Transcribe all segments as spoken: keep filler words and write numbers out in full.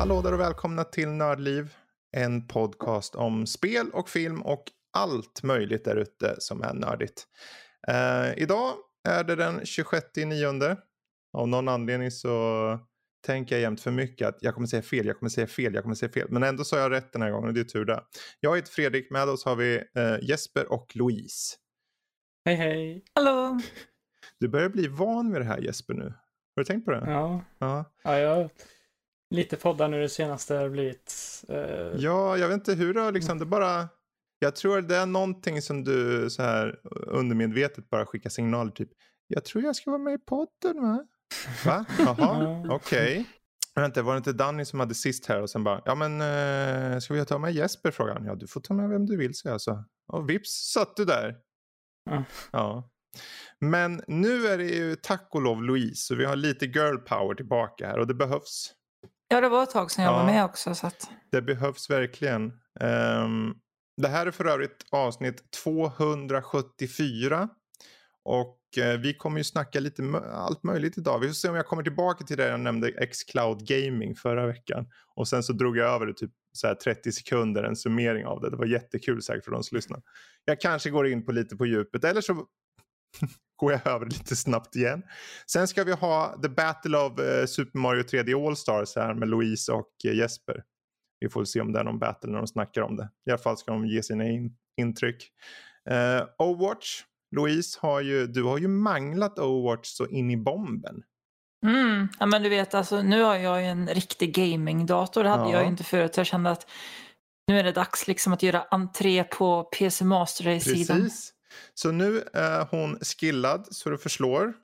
Hallå där och välkomna till Nördliv, en podcast om spel och film och allt möjligt där ute som är nördigt. Uh, idag är det den tjugosjätte nionde. Av någon anledning så tänker jag jämt för mycket att jag kommer säga fel, jag kommer säga fel, jag kommer säga fel. Men ändå så har jag rätt den här gången och det är tur det. Jag heter Fredrik, med oss har vi uh, Jesper och Louise. Hej hej. Hallå. Du börjar bli van med det här, Jesper, nu. Har du tänkt på det? Ja. Ja, ja jag lite poddar nu det senaste har blivit. Uh... Ja, jag vet inte hur det har liksom, det bara... Jag tror det är någonting som du så här undermedvetet bara skickar signaler typ. Jag tror jag ska vara med i podden, va? Va? Jaha, okej. Okay. Vänta, var det inte Danny som hade sist här och sen bara, ja men uh, ska vi ta med Jesper, frågan? Ja, du får ta med vem du vill, säga så. Och vips, satt du där. Ja. Ja. Men nu är det ju tack och lov Louise, så vi har lite girl power tillbaka här och det behövs. Ja, det var ett tag sedan jag ja, var med också. Så att... Det behövs verkligen. Um, det här är för övrigt avsnitt tvåhundrasjuttiofyra. Och uh, vi kommer ju snacka lite mö- allt möjligt idag. Vi får se om jag kommer tillbaka till det jag nämnde xCloud Gaming förra veckan. Och sen så drog jag över det typ så här trettio sekunder, en summering av det. Det var jättekul säkert för de som lyssnar. Jag kanske går in på lite på djupet, eller så går jag över lite snabbt igen. Sen ska vi ha The Battle of uh, Super Mario tre D All-Stars här med Louise och uh, Jesper. Vi får se om det är någon battle när de snackar om det. I alla fall ska de ge sina in- intryck. Uh, Overwatch. Louise, har ju, du har ju manglat Overwatch så in i bomben. Mm, ja men du vet, alltså, nu har jag ju en riktig gamingdator. Det hade Ja. jag ju inte förut. Jag kände att nu är det dags liksom att göra entré på P C Master Race-sidan. Precis. Så nu är hon skillad så det förslår.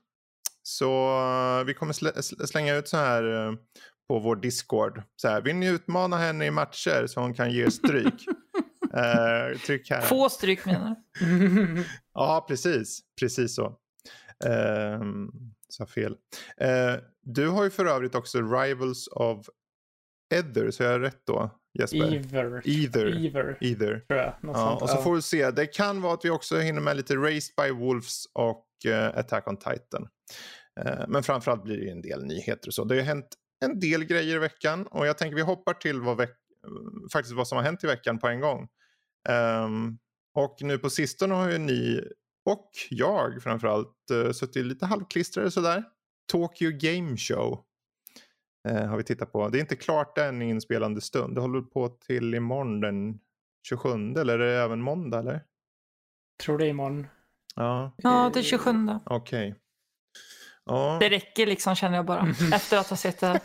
Så uh, vi kommer sl- slänga ut så här uh, på vår Discord. Så här, vill ni utmana henne i matcher så hon kan ge stryk? uh, tryck här. Få stryk menar du? Ja, precis. Precis så. Uh, så fel. Uh, du har ju för övrigt också Rivals of Ether, så jag är rätt då, Jesper? Either. Either. Either. Either. Tror jag. Något Ja, sånt. och så Ja. får vi se. Det kan vara att vi också hinner med lite Raised by Wolves och uh, Attack on Titan. Uh, men framförallt blir det en del nyheter och så. Det har hänt en del grejer i veckan och jag tänker vi hoppar till vad, veck- faktiskt vad som har hänt i veckan på en gång. Um, och nu på sistone har ju ni och jag framförallt uh, suttit lite halvklistrade sådär. Tokyo Game Show uh, har vi tittat på. Det är inte klart än i inspelande stund. Det håller på till imorgon den tjugosjunde, eller är det även måndag eller? Tror det är imorgon. Ja, Ja, det är tjugosjunde. okej. Okay. Ja. Det räcker liksom, känner jag bara. Efter att ha sett det.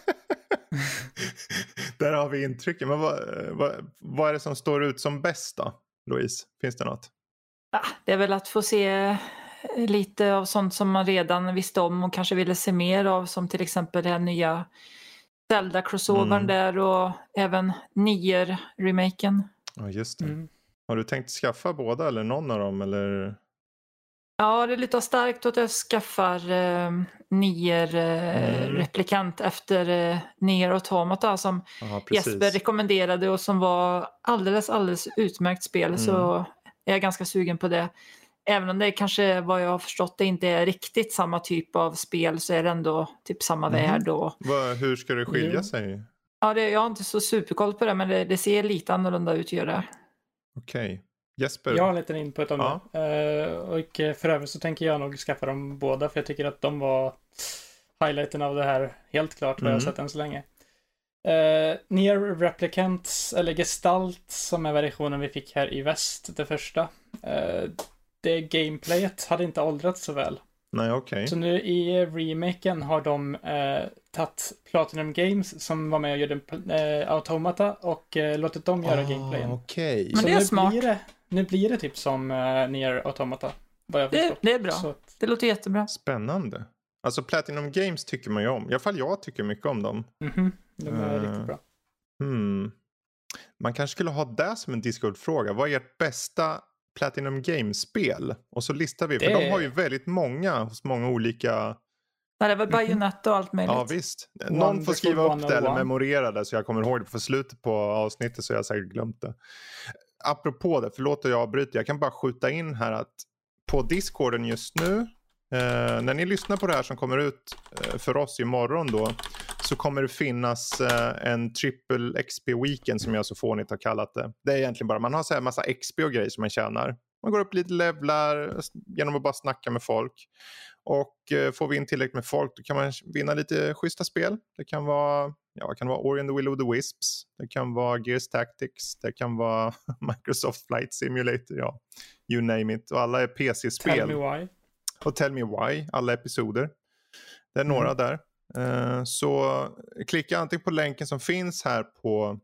Där har vi intrycket. Men vad, vad, vad är det som står ut som bäst då, Louise? Finns det något? Ja, det är väl att få se lite av sånt som man redan visste om och kanske ville se mer av. Som till exempel den nya Zelda-crossovern Mm. där och även Nier-remaken. Ja, just det. Mm. Har du tänkt skaffa båda eller någon av dem? Eller? Ja, det är lite starkt att jag skaffar eh, Nier eh, Mm. replikant efter eh, Nier Automata som Aha, precis. Jesper rekommenderade och som var alldeles, alldeles utmärkt spel. Mm. Så är jag ganska sugen på det. Även om det kanske, vad jag har förstått, det inte är riktigt samma typ av spel, så är det ändå typ samma Mm. värld. Och, Vad, hur ska det skilja Mm. sig? ja, det, jag har inte så superkoll på det, men det, det ser lite annorlunda ut, gör det. Okej. Okay. Jesper? Jag har lite input om Ja. det. Uh, och för övrigt så tänker jag nog skaffa dem båda, för jag tycker att de var highlighten av det här, helt klart, vad Mm. jag har sett än så länge. Uh, Nier Replicant, eller Gestalt, som är versionen vi fick här i väst, det första. Uh, det gameplayet hade inte åldrats så väl. Nej, okej. Okay. Så nu i remaken har de uh, tagit Platinum Games som var med och gjorde uh, Automata och uh, låtit dem göra ah, gameplayen. Okej. Men Så det är nu smart. Blir det, nu blir det typ som uh, Nier Automata. Vad jag Det, förstår. det är bra. Så, Det låter jättebra. Spännande. Alltså Platinum Games tycker man ju om. I alla fall jag tycker mycket om dem. mhm, de är Uh, riktigt bra. Hmm. Man kanske skulle ha det som en Discord-fråga. Vad är ert bästa Platinum Games-spel? Och så listar vi. För Det- de har ju väldigt många hos många olika... Nej, det var Bayonetta och allt möjligt. Ja, visst. Någon Wonderful får skriva upp det eller one oh one. memorera det så jag kommer ihåg det. För slutet på avsnittet så har jag säkert glömt det. Apropå det, förlåt att jag avbryter. Jag kan bara skjuta in här att på Discorden just nu, eh, när ni lyssnar på det här som kommer ut eh, för oss imorgon då, så kommer det finnas uh, en triple X P weekend som jag så fånigt har kallat det. Det är egentligen bara, man har så här massa X P och grejer som man tjänar. Man går upp lite levlar genom att bara snacka med folk. Och uh, får vi in tillräckligt med folk, då kan man vinna lite schyssta spel. Det kan vara, ja, det kan vara Ori and the Will of the Wisps. Det kan vara Gears Tactics. Det kan vara Microsoft Flight Simulator. Ja, you name it. Och alla är P C-spel. Tell me why. Och Tell me why, alla episoder. Det är några mm. där. Uh, så klicka antingen på länken som finns här på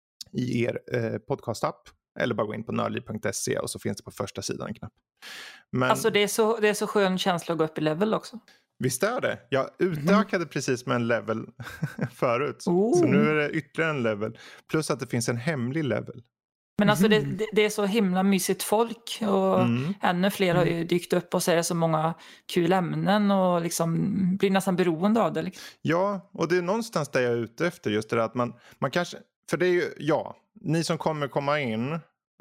i er uh, podcast-app. Eller bara gå in på nördliv punkt se och så finns det på första sidan en knapp. Men, alltså det är, så, det är så skön känsla att gå upp i level också. Visst är det. Jag utökade mm. precis med en level förut. Oh. Så nu är det ytterligare en level. Plus att det finns en hemlig level. Men alltså det, det, det är så himla mysigt folk och mm. ännu fler har ju dykt upp och säger så många kul ämnen och liksom blir nästan beroende av det. Liksom. Ja, och det är någonstans där jag är ute efter just det där att man, man kanske, för det är ju, ja, ni som kommer komma in,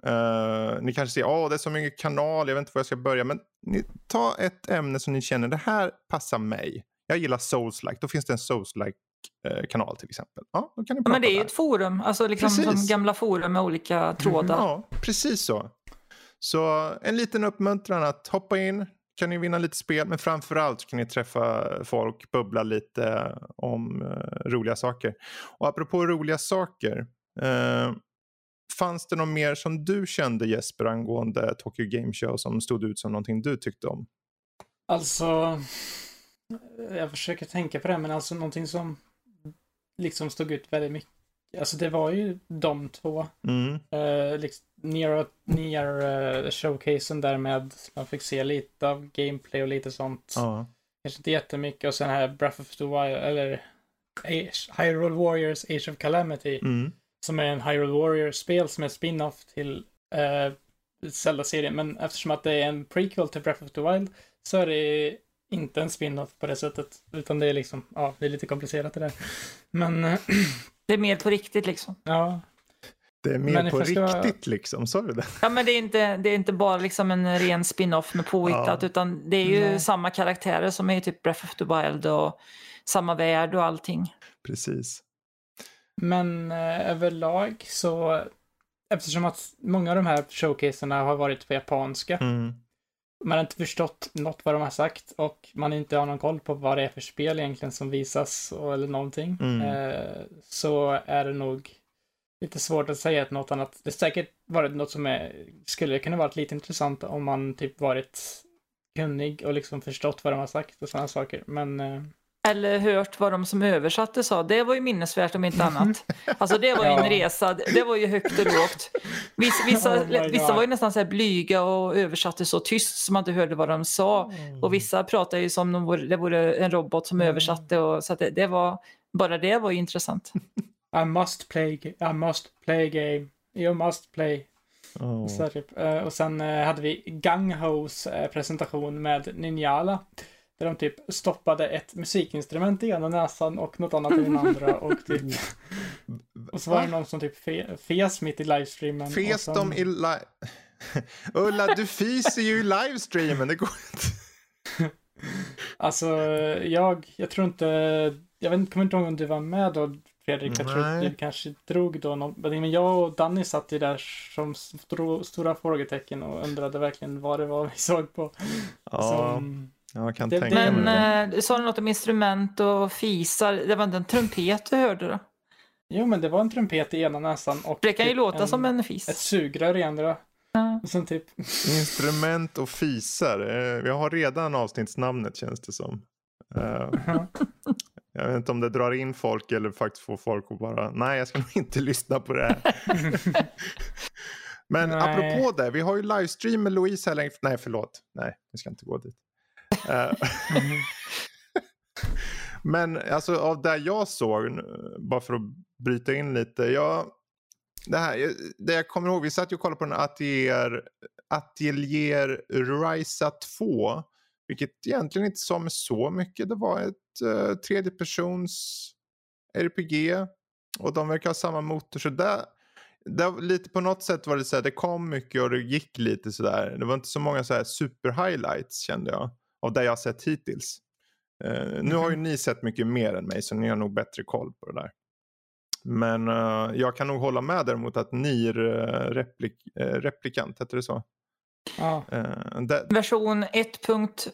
uh, ni kanske säger, åh det är så mycket kanal, jag vet inte var jag ska börja, men ni, ta ett ämne som ni känner, det här passar mig. Jag gillar Souls-like, då finns det en Souls-like kanal till exempel. Ja, då kan ni prata. Men det är ju där. Ett forum, alltså liksom som gamla forum med olika trådar. Mm, ja, precis så. Så en liten uppmuntran att hoppa in, kan ni vinna lite spel, men framförallt kan ni träffa folk, bubbla lite om uh, roliga saker. Och apropå roliga saker, uh, fanns det något mer som du kände, Jesper, angående Tokyo Game Show som stod ut som någonting du tyckte om? Alltså, jag försöker tänka på det, men alltså någonting som liksom stod ut väldigt mycket. Alltså det var ju de två. Mm. Uh, liksom, Nier, Nier uh, showcasen där med man fick se lite av gameplay och lite sånt. Ja. Kanske inte jättemycket. Och sen här Breath of the Wild, eller Age, Hyrule Warriors Age of Calamity. Mm. Som är en Hyrule Warriors-spel som är spin-off till uh, Zelda-serien. Men eftersom att det är en prequel till Breath of the Wild så är det inte en spin-off på det sättet. Utan det är liksom, ja, det är lite komplicerat det där. Men det är mer på riktigt liksom. Ja. Det är mer men på riktigt ska... liksom, sa du det? Ja, men det är inte, det är inte bara liksom en ren spin-off med påhittat, ja. Utan det är ju Nej. samma karaktärer som är typ Breath of the Wild och samma värld och allting. Precis. Men eh, överlag så, eftersom att många av de här showcaserna har varit på japanska, mm. man har inte förstått något vad de har sagt och man inte har någon koll på vad det är för spel egentligen som visas och, eller någonting, mm. eh, så är det nog lite svårt att säga att något annat. Det är säkert varit något som är, skulle kunna varit lite intressant om man typ varit kunnig och liksom förstått vad de har sagt och sådana saker, men eh... eller hört vad de som översatte sa. Det var ju minnesvärt om inte annat. Alltså det var ju ja. en resa. Det var ju högt och lågt. Vissa, vissa, oh vissa var ju nästan så här blyga och översatte så tyst som man inte hörde vad de sa. Mm. Och vissa pratade ju som om de vore, det vore en robot som mm. översatte. Och, så att det, det var, bara det var ju intressant. I must play, I must play game. You must play. Oh. Så typ. Och sen hade vi Gang-Hos presentation med Ninjala. Där de typ stoppade ett musikinstrument i ena näsan och något annat i den andra. Och, typ, och så var det någon som typ fe, fes mitt i livestreamen. Fes sen... de i live... Ulla, du fiser ju i livestreamen, det går inte. Alltså, jag, jag tror inte... Jag vet inte, kommer inte ihåg om du var med då, Fredrik. Jag tror att du kanske drog då någon, men jag och Danny satt ju där som st- stora frågetecken och undrade verkligen vad det var vi såg på. Ja. Så, Jag kan det, tänka men mig äh, sa du något om instrument och fisar? Det var inte en trumpet du hörde då? Jo, men det var en trumpet i ena näsan. Och det kan ju typ låta en, som en fis. Ett sugrör i andra. Ja. Och sen typ... Instrument och fisar. Vi har redan avsnittsnamnet, känns det som. Uh, jag vet inte om det drar in folk eller faktiskt får folk att bara, nej, jag ska nog inte lyssna på det här. Men nej. Apropå det, vi har ju livestream med Louise här länge. Nej, förlåt. Nej, vi ska inte gå dit. Uh, men alltså av det jag såg, bara för att bryta in lite, jag, det här, det jag kommer ihåg, vi satt ju och kollade på den Atelier, Atelier Ryza två, vilket egentligen inte sa med så mycket. Det var ett uh, tredjepersons R P G och de verkar ha samma motor, så där, där lite på något sätt var det så här, det kom mycket och det gick lite så där. Det var inte så många så här super highlights, kände jag, av det jag har sett hittills. Uh, nu har ju ni sett mycket mer än mig, så ni har nog bättre koll på det där. Men uh, jag kan nog hålla med däremot att Nier uh, replik, uh, replikant, heter det så? Ja. Uh, that... Version ett punkt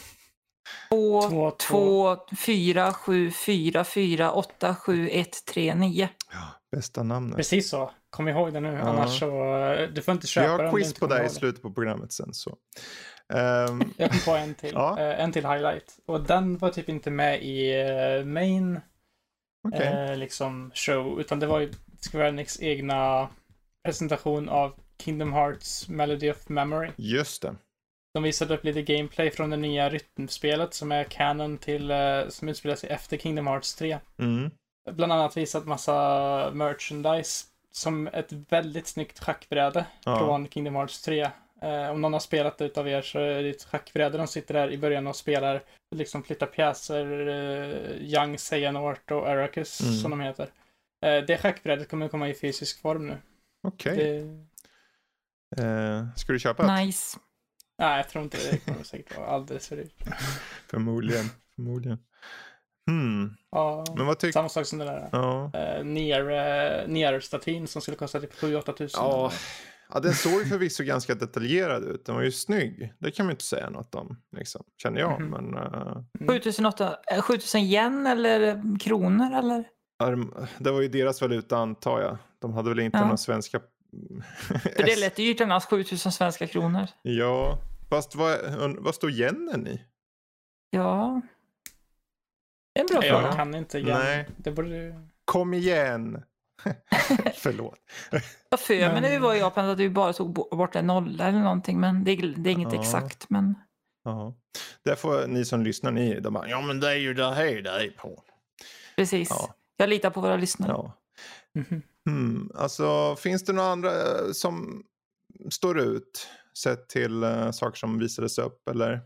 två två fyra sju fyra fyra åtta sju ett tre nio. Ja, bästa namnet. Precis så. Kom ihåg det nu. Ja. Annars så... Du får inte köpa den. Vi har quiz på dig i slutet på programmet sen så. Um... Jag kom på en till. Ja. Uh, en till highlight. Och den var typ inte med i uh, main okay. uh, liksom show. Utan det var ju Square Enix egna presentation av Kingdom Hearts Melody of Memory. Just det. De visade upp lite gameplay från det nya rytmspelet som är canon till, uh, som utspelar sig efter Kingdom Hearts tre. Mm. Bland annat visat massa merchandise som ett väldigt snyggt schackbräde ja. Från Kingdom Hearts tre. Uh, om någon har spelat det utav er så är det ett schackbräde. De sitter där i början och spelar, liksom flyttar pjäser, uh, Young, Xehanort och Arrakis mm. som de heter. Uh, det schackbrädet kommer komma i fysisk form nu. Okej. Okay. Det... Uh, ska du köpa ett? Nice. Nej, jag tror inte det. Det kommer säkert vara alldeles för dyrt. Förmodligen, förmodligen. Hmm. Ja, men vad tyck- samma sak som det där. Ja. Uh, Nier, uh, Nier-statyn som skulle kosta typ sju åtta tusen. Ja. Ja, den såg ju förvisso ganska detaljerad ut. Den var ju snygg. Det kan man ju inte säga något om, liksom, känner jag. Mm-hmm. Men, uh... sju tusen yen eller kronor, eller? Det var ju deras valuta, antar jag. De hade väl inte ja. Några svenska... För det är lätt dyrt annars, sju tusen svenska kronor. Ja, fast vad, vad står yenen i? Ja. Det är en bra fråga. fråga. Jag kan inte igen. Nej. Det borde... Kom igen. Förlåt. Jag för mig men... när vi var i Japan att vi bara tog bort en nolla eller någonting, men det är, det är inget ja. Exakt. Men... Ja. Därför ni som lyssnar, ni, de bara, ja men det är ju det här det är på. Precis. Ja. Jag litar på våra lyssnare. Ja. Mm-hmm. Hmm. Alltså, finns det några andra uh, som står ut sett till uh, saker som visades upp, eller?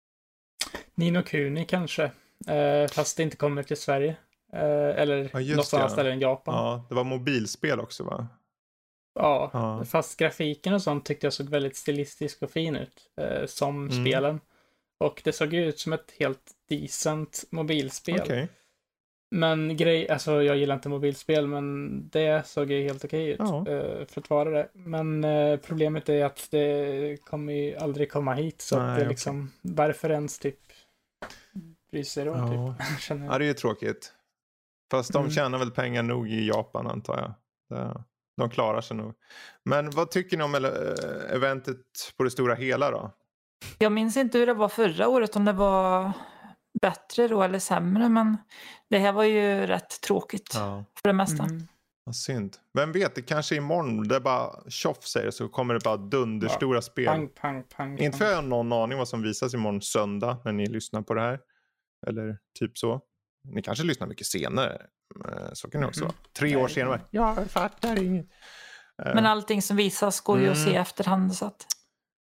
Ni no Kuni kanske, uh, fast det inte kommer till Sverige. Uh, eller ja, något annat ställe än Japan. Ja, det var mobilspel också, va? Ja, ja, fast grafiken och sånt tyckte jag såg väldigt stilistisk och fin ut. Uh, som mm. spelen. Och det såg ut som ett helt decent mobilspel. Okay. Men grej, alltså jag gillar inte mobilspel, men det såg ju helt okej ut ja. uh, för att vara det. Men uh, problemet är att det kommer ju aldrig komma hit, så Nej, att det liksom, okay. varför ens typ bry sig då, ja. typ. Känner jag. Ja, det är ju tråkigt. Fast de mm. tjänar väl pengar nog i Japan, antar jag. Det, de klarar sig nog. Men vad tycker ni om uh, eventet på det stora hela då? Jag minns inte hur det var förra året, om det var bättre då eller sämre, men det här var ju rätt tråkigt ja. För det mesta. Mm. Vad synd. Vem vet, det kanske imorgon det är bara tjoff säger så kommer det bara dunderstora ja. Spel. Pang, pang, pang, inte för jag har någon aning vad som visas imorgon söndag när ni lyssnar på det här. Eller typ så. Ni kanske lyssnar mycket senare. Så kan det också vara. Tre Nej. År senare. Ja, jag fattar inget. Men allting som visas går ju mm. att se efterhand så att...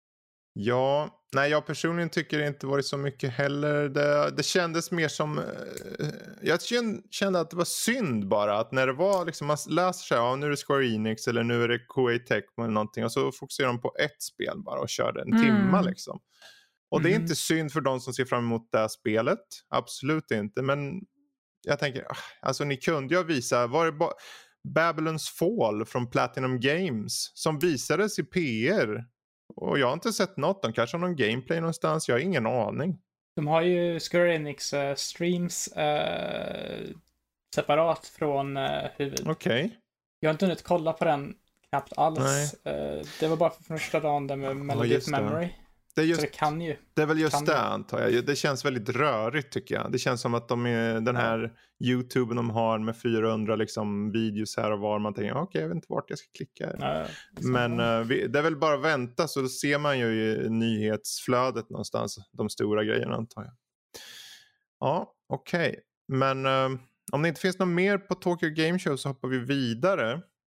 Ja, nej jag personligen tycker det inte varit så mycket heller. Det, det kändes mer som... Eh, jag kände att det var synd bara. Att när det var liksom, man läser sig, ja nu är det Square Enix eller nu är det Koei Tecmo eller någonting. Och så fokuserar de på ett spel bara och körde en mm. timma liksom. Och det är inte synd för de som ser fram emot det här spelet. Absolut inte. Men jag tänker, alltså ni kunde ju visa, var det bara Babylon's Fall från Platinum Games som visades i P R. Och jag har inte sett något. De kanske har någon gameplay någonstans. Jag har ingen aning. De har ju Square Enix uh, streams uh, separat från uh, huvud. Okej. Okay. Jag har inte hunnit kolla på den knappt alls. Uh, det var bara för första dagen där med Melody of Memory. Det är, just, så det kan ju. Det är väl just det, antar jag. Det känns väldigt rörigt tycker jag. Det känns som att de är, den här YouTuben de har med fyrahundra liksom, videos här och var. Man tänker, okej, okay, jag vet inte vart jag ska klicka. Ja, men uh, vi, det är väl bara att vänta, så då ser man ju i nyhetsflödet någonstans de stora grejerna, antar jag. Ja, okej. Okay. Men uh, om det inte finns något mer på Tokyo Game Show så hoppar vi vidare.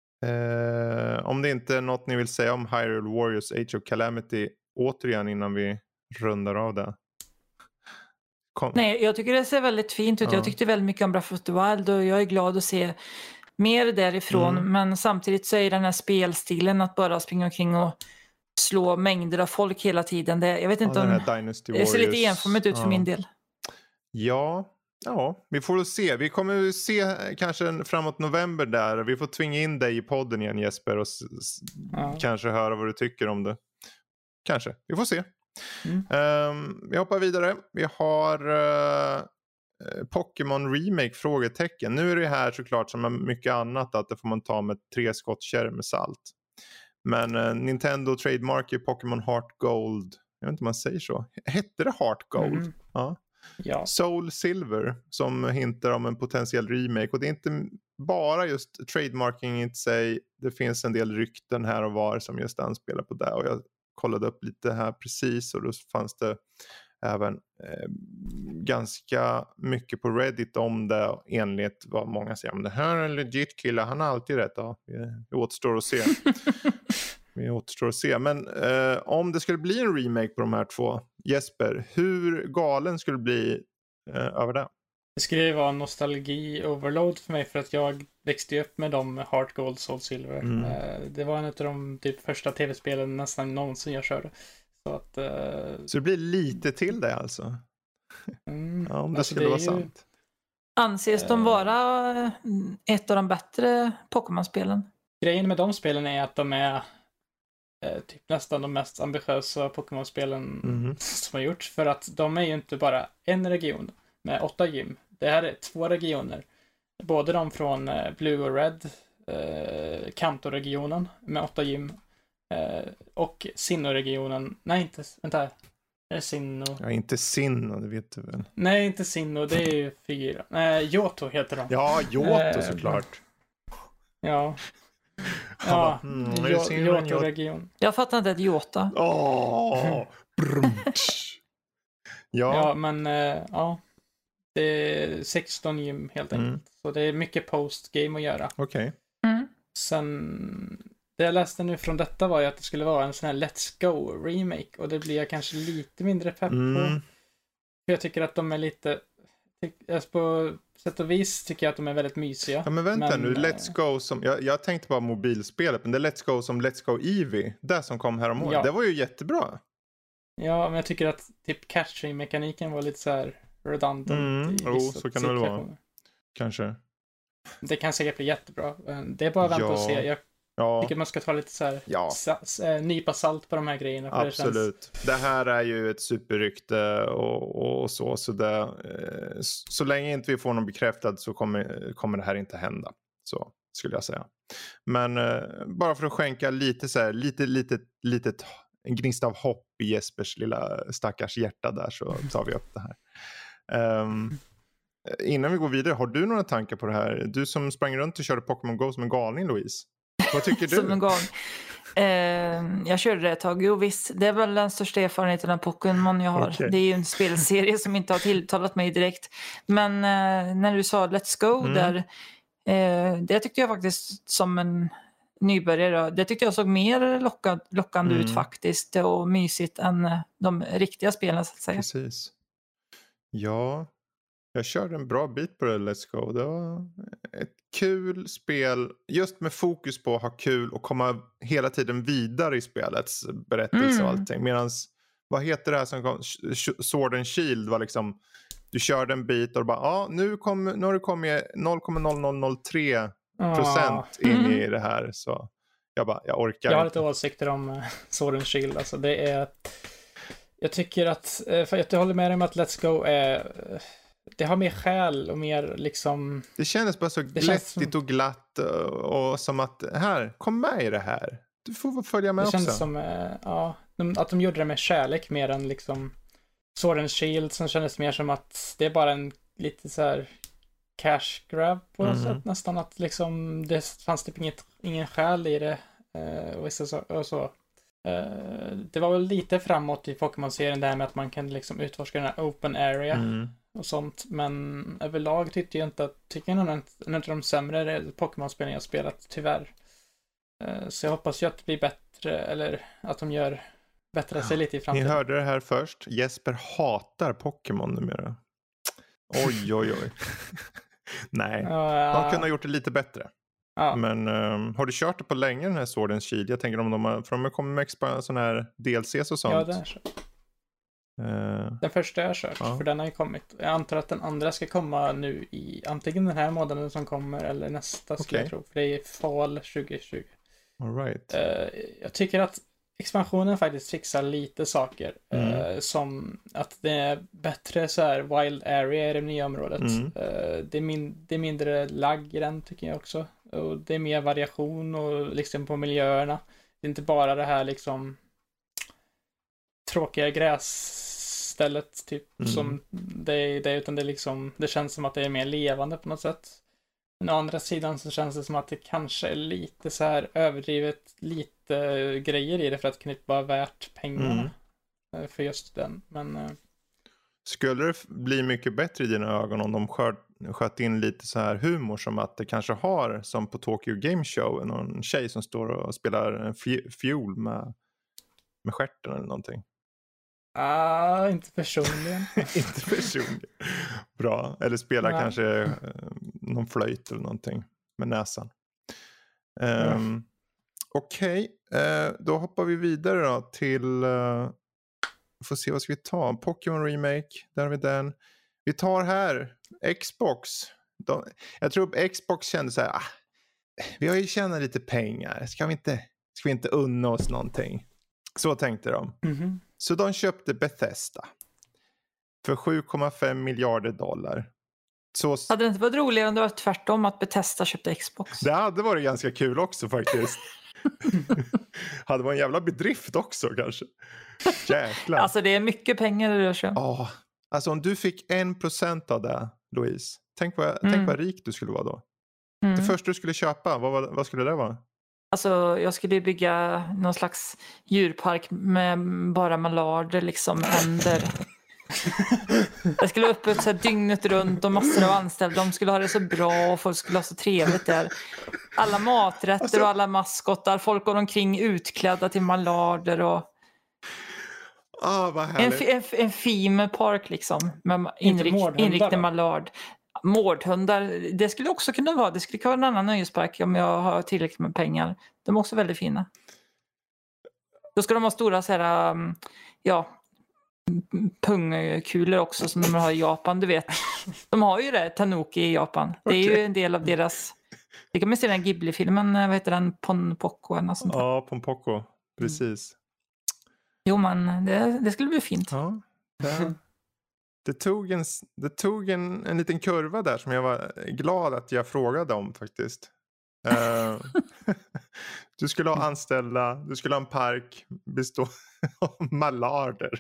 Uh, om det inte är något ni vill säga om Hyrule Warriors Age of Calamity återigen innan vi rundar av det. Kom. Nej, jag tycker det ser väldigt fint ut. Ja. Jag tyckte väldigt mycket om Breath of the Wild och jag är glad att se mer därifrån. Mm. Men samtidigt så är den här spelstilen att bara springa omkring och slå mängder av folk hela tiden. Det, jag vet inte ja, om det ser lite enformigt ut ja. För min del. Ja, ja, vi får väl se. Vi kommer se kanske framåt november där. Vi får tvinga in dig i podden igen, Jesper, och s- s- Ja. kanske höra vad du tycker om det. Kanske, vi får se. Mm. Um, vi hoppar vidare. Vi har uh, Pokémon Remake, frågetecken. Nu är det här såklart som med mycket annat att det får man ta med tre skottkärr med salt. Men uh, Nintendo trademark i Pokémon Heart Gold. Jag vet inte om man säger så. Hette det Heart Gold? Mm. Ja. Ja. Soul Silver som hintar om en potentiell remake. Och det är inte bara just trademarking i sig. Det finns en del rykten här och var som just anspelar på det. Och jag kollade upp lite här precis och då fanns det även eh, ganska mycket på Reddit om det enligt vad många säger. Men det här är en legit kille, han har alltid rätt. Ja, det återstår att se. Det återstår att se. Men eh, om det skulle bli en remake på de här två, Jesper, hur galen skulle det bli eh, över det? Det skulle ju vara en nostalgi-overload för mig för att jag växte upp med dem Heart Gold, Soul Silver. Mm. Eh, det var en av de typ första tv-spelen nästan någonsin jag körde. Så att... Eh, Så det blir lite till det alltså? mm, Ja, om det alltså skulle det vara är ju- sant. Anses de Eh. vara ett av de bättre Pokémon-spelen? Grejen med de spelen är att de är eh, typ nästan de mest ambitiösa Pokémon-spelen Mhm. som har gjorts. För att de är ju inte bara en region med åtta gym. Det här är två regioner. Både de från eh, Blue och Red, eh, Kanto-regionen med åtta gym. Eh, och Sinnoh-regionen. Nej, inte, vänta. Är det Sinnoh? Ja, inte Sinnoh, det vet du väl. Nej, inte Sinnoh, det är ju fyra. Nej, Johto heter de. Ja, Johto Eh, såklart. Ja. Han bara, Ja, mm, är det Jo- Sinnoh eller Johto? Johto-region. Jag fattar inte ett Jota. Åh! Brumtsch. Ja, Ja. men eh, ja. Det är sexton gym helt enkelt. Mm. Så det är mycket post-game att göra. Okej. Mm. Sen, det jag läste nu från detta var ju att det skulle vara en sån här Let's Go-remake. Och det blir jag kanske lite mindre pepp på. Mm. För jag tycker att de är lite, ty- alltså på sätt och vis tycker jag att de är väldigt mysiga. Ja, men vänta Men, nu. eh, Let's Go som... Jag, jag tänkte bara mobilspelet, men det är Let's Go som Let's Go Eevee. Det som kom här om året. Ja. Det var ju jättebra. Ja, men jag tycker att typ catching-mekaniken var lite så här redundant Mm, i jo, vissa så kan det väl vara. situationer. Kanske. Det kan säkert bli jättebra. Men det är bara att vänta Ja. och se. Jag Ja, tycker man ska ta lite så här ja. sa, s- äh, nypa salt på de här grejerna. För Det känns, Absolut. Det här är ju ett superrykte och, och så. Så, det, eh, så länge inte vi får någon bekräftad så kommer, kommer det här inte hända. Så skulle jag säga. Men eh, bara för att skänka lite så här, lite, lite, litet, en gnista av hopp i Jespers lilla stackars hjärta där så tar vi upp det här. Um, innan vi går vidare, har du några tankar på det här? Du som sprang runt och körde Pokémon Go som en galning, Louise. Vad tycker du? Som en gång. Eh, jag körde det ett tag. Jo visst, det är väl den största erfarenheten av Pokémon jag har. Okej. Det är ju en spelserie som inte har tilltalat mig direkt. Men eh, när du sa Let's Go Mm. där, eh, det tyckte jag faktiskt som en nybörjare, det tyckte jag såg mer lockad, lockande Mm. ut faktiskt och mysigt än eh, de riktiga spelen så att säga. Precis. Ja, jag körde en bra bit på det Let's Go. Det var ett kul spel. Just med fokus på att ha kul och komma hela tiden vidare i spelets berättelse och Mm. allting. Medans, vad heter det här som kom? Sh- Sword and Shield var liksom, du körde en bit och bara, ja, nu, kom, nu har du kommit noll komma noll noll noll tre procent Ja. in Mm. i det här. Så jag bara, jag orkar Jag har inte. lite åsikter om uh, Sword and Shield. Alltså det är... Jag tycker att... eh, För jag håller med dig om att Let's Go är... eh, Det har mer själ och mer liksom... Det kändes bara så känns glättigt som- och glatt och, och som att, här, kom med i det här. Du får följa med Det också. känns som... eh, Ja, de, att de gjorde det med kärlek mer än liksom... Sword and Shield som kändes mer som att det är bara en lite så här cash grab på något Mhm. sätt nästan. Att liksom det fanns typ inget, ingen själ i det. eh, Och vissa så, och så. Eh, Det var väl lite framåt i Pokémon-serien där med att man kan liksom utforska den här open area Mm. och sånt. Men överlag tyckte jag inte att, tycker jag nog en en av de sämre Pokémon-spelen jag spelat, tyvärr. Eh, Så jag hoppas ju att det blir bättre, eller att de gör bättre sig lite i Ni framtiden. hörde det här först. Jesper hatar Pokémon numera. Oj, oj, oj. Nej, Ja, de kunde ha gjort det lite bättre. ja. Men um, har du kört det på länge den här Sword and Shield? Jag tänker om de har, för de har kommit med expa- sån här D L Cs och sånt. Ja, det är så. Uh, den första jag har kört, ja. För den har ju kommit. Jag antar att den andra ska komma nu i antingen den här månaden som kommer eller nästa, skulle okay. jag tro. För det är fall tjugo tjugo. All right. Uh, jag tycker att expansionen faktiskt fixar lite saker. Mm. Uh, som att det är bättre så här wild area i det nya området. Mm. Uh, det, är min- det är mindre lagg i den, tycker jag också. Och det är mer variation och liksom på miljöerna. Det är inte bara det här liksom tråkiga grässtället typ mm. som det är det, utan det är liksom, det känns som att det är mer levande på något sätt. Men å andra sidan så känns det som att det kanske är lite så här överdrivet lite grejer i det för att det kan inte vara värt pengarna mm. för just den. Men skulle det bli mycket bättre i dina ögon om de sköt, sköt in lite så här humor, som att det kanske har, som på Tokyo Game Show, någon tjej som står och spelar en fiol med, med stjärten eller någonting? Ah, inte personligen. Inte personligen. Bra. Eller spelar Nej. kanske eh, någon flöjt eller någonting med näsan. Um, mm. Okej, okay. uh, då hoppar vi vidare då till uh, får se vad ska vi ta. Pokémon Remake, där har vi den. Vi tar här Xbox. De, jag tror Xbox kände så här, ah, vi har ju tjänat lite pengar. Ska vi inte, ska vi inte unna oss någonting? Så tänkte de. Mm-hmm. Så de köpte Bethesda för sju komma fem miljarder dollar. Så... Hade det inte varit roligare om det var tvärtom, att Bethesda köpte Xbox? Det hade varit ganska kul också faktiskt. Hade varit en jävla bedrift också kanske. Jäklar. Alltså det är mycket pengar det rör sig om. Ja, alltså om du fick en procent av det, Louise. Tänk vad, mm. tänk vad rik du skulle vara då. Mm. Det första du skulle köpa, vad, vad skulle det vara? Alltså jag skulle bygga någon slags djurpark med bara malarder, liksom änder. Jag skulle upp ett så här dygnet runt och massor av anställda. De skulle ha det så bra och folk skulle ha så trevligt där. Alla maträtter alltså... och alla maskottar. Folk går omkring utklädda till malarder och... Ah, vad en, en, en fin park liksom. Med inrik, inriktad mallard. Mårdhundar, det skulle också kunna vara. Det skulle kunna vara en annan nöjespark om jag har tillräckligt med pengar. De är också väldigt fina. Då ska de ha stora så här, ja, pungkulor också som de har i Japan, du vet. De har ju det, Tanuki i Japan. Det är okay. ju en del av deras... Det kan man se den Ghibli-filmen, vad heter den? Ponpoko eller något sånt där. Ja, Ponpoko, precis. Mm. Jo, men det, det skulle bli fint. Ja, det, det tog, en, det tog en, en liten kurva där som jag var glad att jag frågade om faktiskt. Uh, du skulle ha anställda, du skulle ha en park bestå av malarder.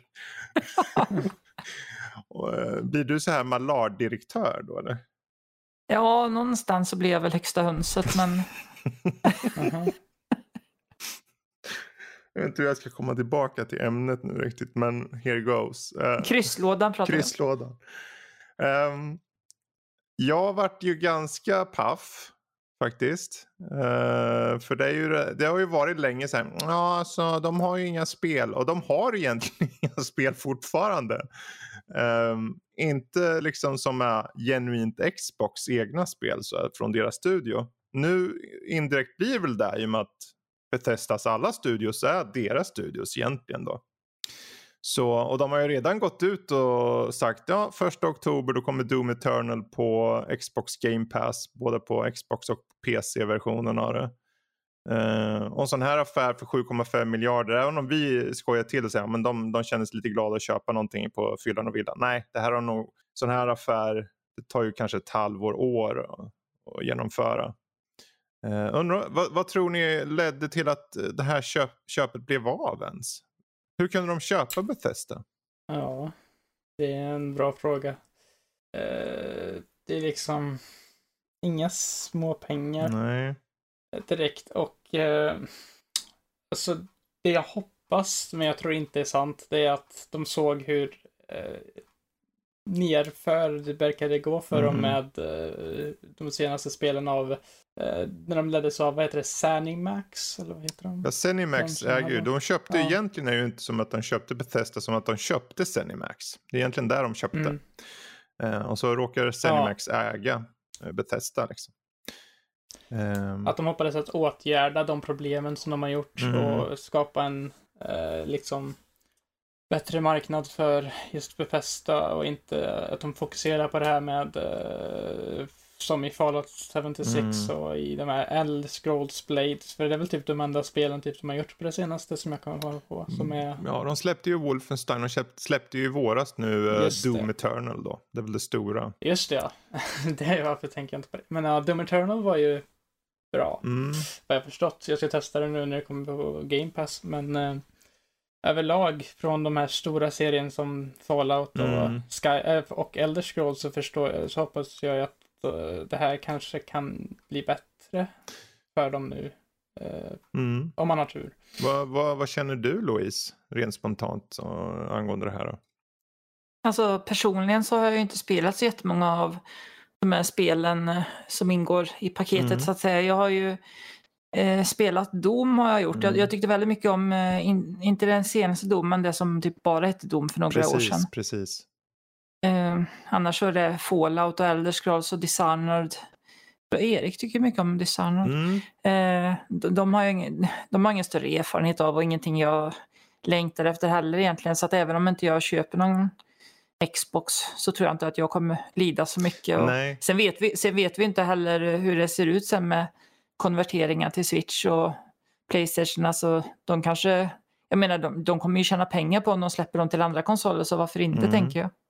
Och, uh, blir du så här malarddirektör då eller? Ja, någonstans så blir jag väl högsta hönset, men uh-huh. Jag vet inte hur jag ska komma tillbaka till ämnet nu riktigt, men here goes. Uh, Krysslådan pratar jag. Krysslådan. Um, jag vart ju ganska paff faktiskt. Uh, för det, är ju, det har ju varit länge sedan. Ja, alltså, de har ju inga spel. Och de har egentligen inga spel fortfarande. Um, inte liksom som är genuint Xbox egna spel så, från deras studio. Nu indirekt blir väl det i och med att Bethesdas alla studios är deras studios egentligen då. Så, och de har ju redan gått ut och sagt ja, första oktober då kommer Doom Eternal på Xbox Game Pass, både på Xbox och P C-versionen av det. Uh, och en sån här affär för sju komma fem miljarder, även om vi skojar till och säger men de, de känner sig lite glada att köpa någonting på fyllan och villan. Nej, det här har nog, sån här affär, det tar ju kanske ett halvår, år att, att genomföra. Uh, undrar, vad, vad tror ni ledde till att det här köp, köpet blev av ens? Hur kunde de köpa Bethesda? Ja, det är en bra fråga. Uh, det är liksom inga små pengar. Nej. Direkt och uh, alltså det jag hoppas, men jag tror inte är sant, det är att de såg hur uh, nerför det verkade gå för mm. dem med uh, de senaste spelen av uh, när de leddes av, vad heter det, Zenimax eller vad heter de? Ja, Zenimax äger ju, de köpte ja. egentligen är ju inte som att de köpte Bethesda, som att de köpte Zenimax. Det är egentligen där de köpte. Mm. Uh, och så råkar Zenimax ja. äga Bethesda liksom. Um. Att de hoppades att åtgärda de problemen som de har gjort mm. och skapa en uh, liksom bättre marknad för just Bethesda och inte att de fokuserar på det här med uh, som i Fallout sjuttiosex mm. och i de här Elder Scrolls Blades, för det är väl typ de enda spelen typ som har gjort på det senaste som jag kan vara på som är... Ja, de släppte ju Wolfenstein och släppte ju i våras nu uh, Doom det. Eternal då. Det är väl det stora. Just det, ja. Det är varför tänker jag inte på det. Men ja, Doom Eternal var ju bra. Mm. Vad jag förstått. Jag ska testa det nu när det kommer på Game Pass, men uh, överlag från de här stora serien som Fallout och mm. Sky uh, och Elder Scrolls så förstår jag, så hoppas jag att det här kanske kan bli bättre för dem nu. Eh, mm. Om man har tur. Vad, vad, vad känner du, Louise, rent spontant uh, angående det här då? Alltså personligen så har jag ju inte spelat så jättemånga av de här spelen som ingår i paketet mm. så att säga. Jag har ju eh, spelat Doom har jag gjort. Mm. Jag, jag tyckte väldigt mycket om, eh, in, inte den senaste Doom, men det som typ bara hette Doom för några precis, år sedan. Precis. Eh, annars så är det Fallout och Elder Scrolls och Dishonored. Erik tycker mycket om Dishonored. Mm. Eh, de, de, har ju ingen, de har ingen större erfarenhet av och ingenting jag längtar efter heller egentligen. Så att även om inte jag köper någon Xbox så tror jag inte att jag kommer lida så mycket. Och sen, vet vi, sen vet vi inte heller hur det ser ut sen med konverteringar till Switch och PlayStation. Alltså de kanske, jag menar de, de kommer ju tjäna pengar på om de släpper dem till andra konsoler, så varför inte mm. tänker jag.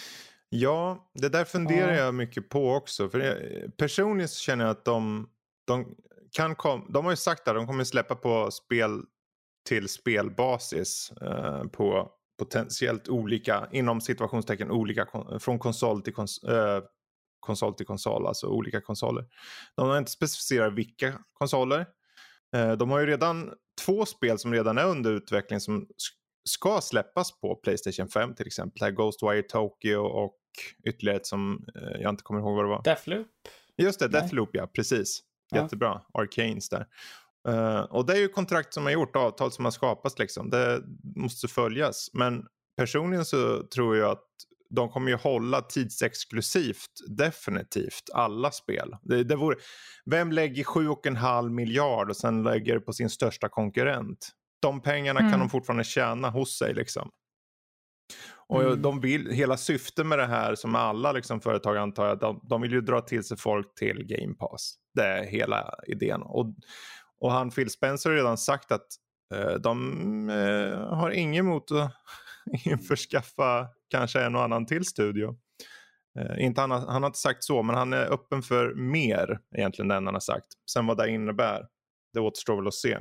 Ja, det där funderar jag mycket på också. För jag, personligen så känner jag att de, de kan kom, de har ju sagt att de kommer släppa på spel till spelbasis eh, på potentiellt olika, inom situationstecken olika, från konsol till kons, eh, konsol till konsol, alltså olika konsoler. De har inte specificerat vilka konsoler. Eh, de har ju redan två spel som redan är under utveckling som ska släppas på PlayStation fem till exempel. Det här Ghostwire Tokyo och ytterligare ett som eh, jag inte kommer ihåg vad det var. Deathloop. Just det, Deathloop, ja, precis. Jättebra. Ja. Arcanes där. Uh, och det är ju kontrakt som har gjort, avtal som har skapats liksom. Det måste följas. Men personligen så tror jag att de kommer ju hålla tidsexklusivt definitivt alla spel. Det, det vore, vem lägger sju och en halv miljard och sen lägger på sin största konkurrent? De pengarna mm. kan de fortfarande tjäna hos sig liksom. Och mm. de vill, hela syftet med det här som alla liksom företag antar jag, de, de vill ju dra till sig folk till Game Pass. Det är hela idén. Och, och han Phil Spencer har redan sagt att eh, de eh, har ingen emot att införskaffa kanske en och annan till studio. Eh, inte han, han har inte sagt så, men han är öppen för mer egentligen än han har sagt. Sen vad det innebär, det återstår väl att se.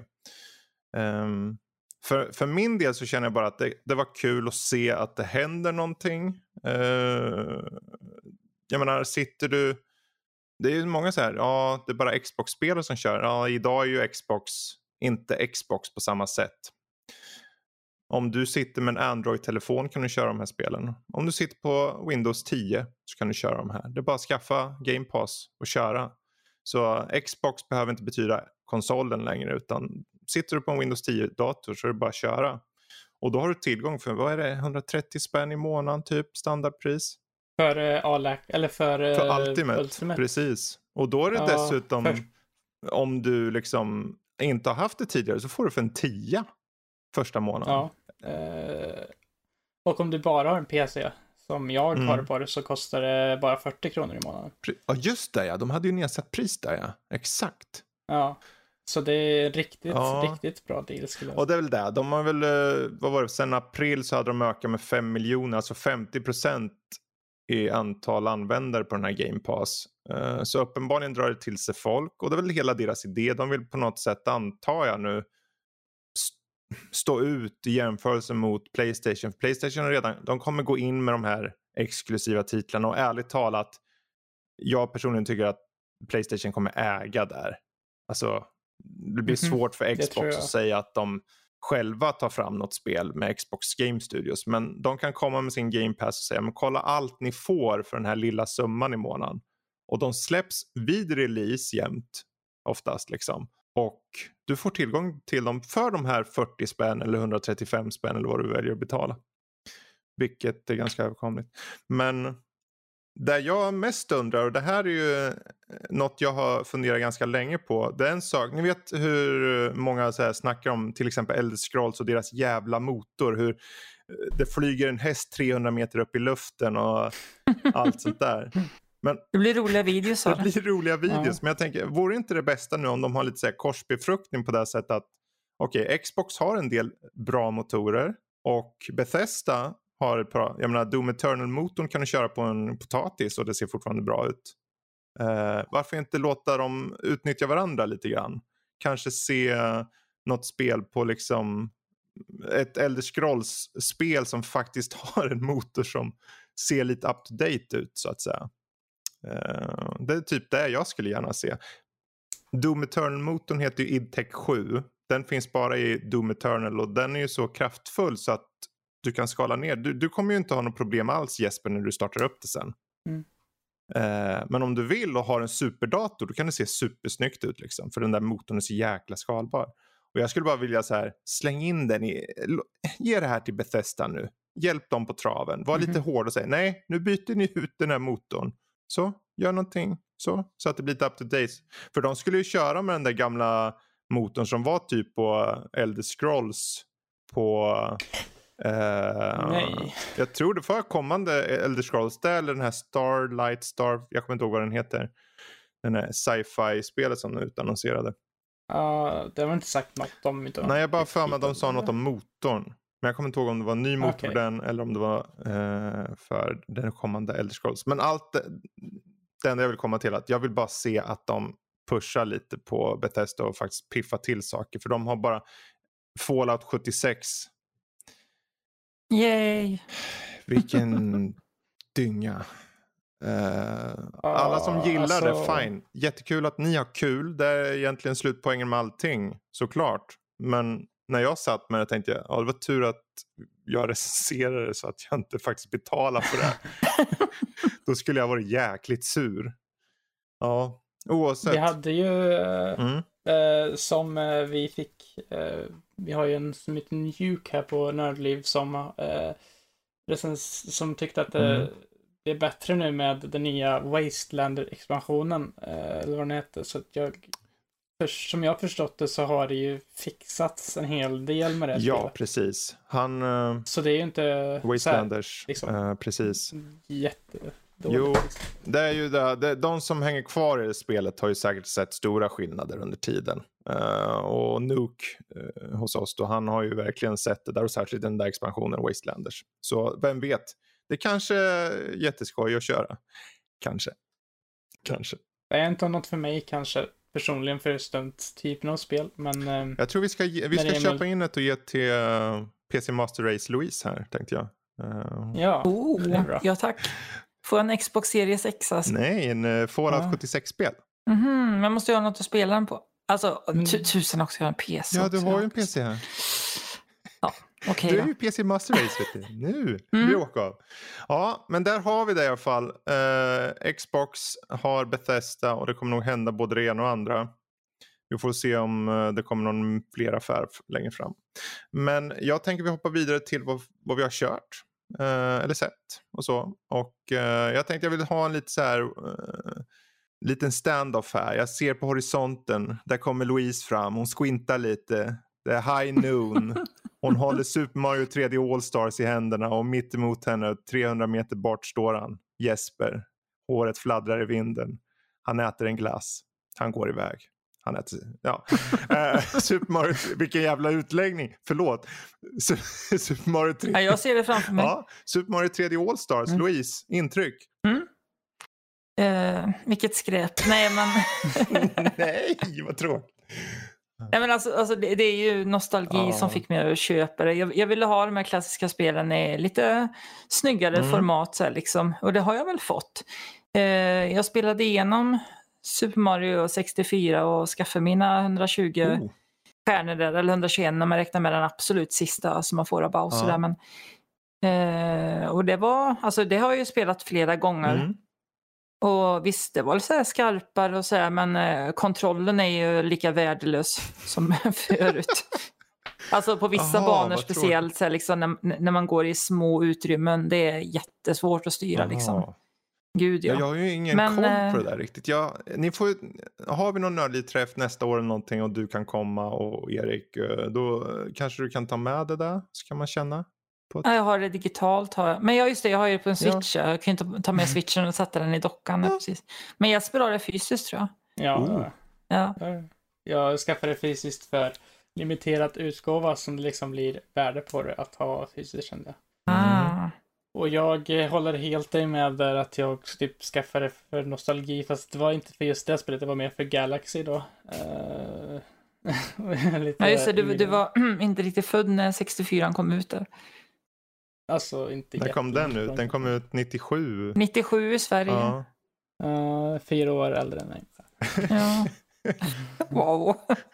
Um, för, för min del så känner jag bara att det, det var kul att se att det händer någonting. Uh, jag menar, sitter du... Det är ju många så här, ja, det är bara Xbox-spelare som kör. Ja, idag är ju Xbox inte Xbox på samma sätt. Om du sitter med en Android-telefon kan du köra de här spelen. Om du sitter på Windows tio så kan du köra de här. Det är bara att skaffa Game Pass och köra. Så Xbox behöver inte betyda konsolen längre, utan sitter du på en Windows tio-dator så är det bara att köra. Och då har du tillgång för, vad är det, hundratrettio spänn i månaden typ, standardpris. För uh, Alac, eller för, uh, för Ultimate, Ultimate, precis. Och då är det ja, dessutom, för... om du liksom inte har haft det tidigare så får du för en tia första månaden. Ja. Uh, och om du bara har en P C som jag mm. har på det så kostar det bara fyrtio kronor i månaden. Ja, just det, ja. De hade ju nedsatt pris där, ja. Exakt. Ja, så det är riktigt, ja. riktigt bra deal skulle jag säga. Och det är väl det. De har väl, vad var det, sen april så hade de ökat med fem miljoner, alltså femtio procent i antal användare på den här Game Pass. Uh, så uppenbarligen drar det till sig folk. Och det är väl hela deras idé. De vill på något sätt, antar jag nu, stå ut i jämförelse mot PlayStation. PlayStation är redan, de kommer gå in med de här exklusiva titlarna. Och ärligt talat, jag personligen tycker att PlayStation kommer äga där. Alltså, det blir mm-hmm. svårt för Xbox att säga att de själva tar fram något spel med Xbox Game Studios. Men de kan komma med sin Game Pass och säga, men kolla allt ni får för den här lilla summan i månaden. Och de släpps vid release jämt, oftast liksom. Och du får tillgång till dem för de här fyrtio spänn eller hundratrettiofem spänn eller vad du väljer att betala. Vilket är ganska överkomligt. Men där jag mest undrar, och det här är ju något jag har funderat ganska länge på. Det är en sak, ni vet hur många så här snackar om till exempel Elder Scrolls och deras jävla motor. Hur det flyger en häst trehundra meter upp i luften och allt sånt där. Men det blir roliga videos. Det blir roliga videos. Ja. Men jag tänker, vore inte det bästa nu om de har lite så här korsbefruktning på det här sättet att okej, okay, Xbox har en del bra motorer och Bethesda har ett bra, jag menar Doom Eternal-motorn kan du köra på en potatis och det ser fortfarande bra ut. Uh, varför inte låta dem utnyttja varandra lite grann? Kanske se något spel på liksom ett Elder Scrolls-spel som faktiskt har en motor som ser lite up to date ut så att säga. Uh, det är typ det jag skulle gärna se. Doom Eternal-motorn heter ju id Tech sju. Den finns bara i Doom Eternal och den är ju så kraftfull så att du kan skala ner. Du, du kommer ju inte ha något problem alls Jesper när du startar upp det sen. Mm. Uh, men om du vill och har en superdator då kan det se supersnyggt ut liksom. För den där motorn är så jäkla skalbar. Och jag skulle bara vilja så här, släng in den i, ge det här till Bethesda nu. Hjälp dem på traven. Var mm-hmm. lite hård och säg nej, nu byter ni ut den här motorn. Så, gör någonting. Så, så att det blir lite up to date. För de skulle ju köra med den där gamla motorn som var typ på Elder Scrolls på... Uh, nej. Jag tror det var kommande Elder Scrolls där, eller den här Starlight Star, jag kommer inte ihåg vad den heter. Den här sci-fi-spelet som de utannonserade. Ja, uh, det har inte sagt något om. Inte nej, jag bara för mig att de sa något om motorn. Men jag kommer inte ihåg om det var en ny motor okay. för den eller om det var uh, för den kommande Elder Scrolls. Men allt det, det enda jag vill komma till är att jag vill bara se att de pushar lite på Bethesda och faktiskt piffa till saker. För de har bara Fallout sjuttiosex. Yay! Vilken dynga. Uh, alla som gillar alltså... det, fine. Jättekul att ni har kul. Det är egentligen slutpoängen med allting, såklart. Men när jag satt med det tänkte jag, ja, det var tur att jag recenserade det så att jag inte faktiskt betalar för det. Då skulle jag vara jäkligt sur. Ja, oavsett. Vi hade ju mm. eh, som eh, vi fick eh, vi har ju en som heter Nuke här på Nördliv som eh, recens- som tyckte att eh, mm. det är bättre nu med den nya Wastelander-expansionen eh, eller vad den heter. Så att jag för, som jag har förstått det så har det ju fixats en hel del med det Ja, spelet. precis. Han uh, så det är ju inte Wastelanders, här, liksom, uh, precis. Jätte Jo, det är ju det, det. De som hänger kvar i det spelet har ju säkert sett stora skillnader under tiden. Uh, och Nuke uh, hos oss då, han har ju verkligen sett det där och särskilt den där expansionen Wastelanders. Så vem vet, det kanske är jätteskoj att köra. Kanske. Kanske. Det är inte något för mig kanske personligen för just typen av spel. Men, uh, jag tror vi ska, ge, vi ska köpa mul- in ett och ge till uh, P C Master Race Louise här, tänkte jag. Uh, ja, oh, det är bra. Ja, tack. Få en Xbox Series X alltså. Nej, en uh, Fallout ja. sjuttiosex-spel. Mhm, men måste jag ha något att spela den på. Alltså, mm. t- tusen också, jag har en P C. Ja, också. du har ju en P C här. Ja, okej okay Du då. är ju P C Master Race, vet du. Nu mm. blir åka av. Ja, men där har vi det i alla fall. Uh, Xbox har Bethesda och det kommer nog hända både det ena och andra. Vi får se om uh, det kommer någon fler affär f- längre fram. Men jag tänker vi hoppar vidare till vad, vad vi har kört. Uh, eller sett och så. Och uh, jag tänkte jag vill ha en lite så här uh, liten stand-off här. Jag ser på horisonten. Där kommer Louise fram. Hon squintar lite. Det är high noon. Hon håller Super Mario tre D All-Stars i händerna. Och mitt emot henne trehundra meter bort står han. Jesper. Håret fladdrar i vinden. Han äter en glass. Han går iväg. Han äter, ja. uh, Super Mario, vilken jävla utläggning. Förlåt. Super Mario tre. Ja, jag ser det framför mig. Ja, Super Mario tre D All-Stars. Mm. Louise, intryck. Mm. Uh, vilket skräp. Nej, men... Nej, vad tråkigt. Nej, men alltså, alltså det, det är ju nostalgi ja. som fick mig att köpa det. Jag, jag ville ha de här klassiska spelen i lite snyggare mm. format. Så här, liksom. Och det har jag väl fått. Uh, jag spelade igenom Super Mario sextiofyra och skaffade mina hundratjugo oh. stjärnor där. Eller hundratjugoett när man räknar med den absolut sista som man får av Bowser. Ja. Där, men, uh, och det var, alltså det har jag ju spelat flera gånger. Mm. Och visst, det var så här skarpare och så här, men eh, kontrollen är ju lika värdelös som förut. Alltså på vissa Aha, banor speciellt så här, liksom, när, när man går i små utrymmen, det är jättesvårt att styra. Aha. Liksom. Gud, ja. Jag har ju ingen men, koll på det där riktigt. Jag, ni får, har vi någon nördlig träff nästa år eller någonting och du kan komma och Erik, då kanske du kan ta med det där så kan man känna. På ett... Ja, jag har det digitalt. Har jag. Men ja, just det, jag har ju det på en Switch. Ja. Jag kan inte ta med Switchen och sätta den i dockan. Ja. Precis. Men jag spelar det fysiskt, tror jag. Ja, Oh. Ja. jag, jag skaffade det fysiskt för limiterat utgåva som det liksom blir värde på det att ha fysiskt, kände jag. Ah. Och jag eh, håller helt med där att jag typ skaffade för nostalgi, fast det var inte för just det spelet, det var mer för Galaxy då. Uh, lite Ja, just det, du, du var inte riktigt född när sextiofyra kom ut där. Alltså inte När kom den ut? Den kom ut nittiosju. nittiosju i Sverige. Ja. Uh, fyra år äldre än mig. Ja. Wow.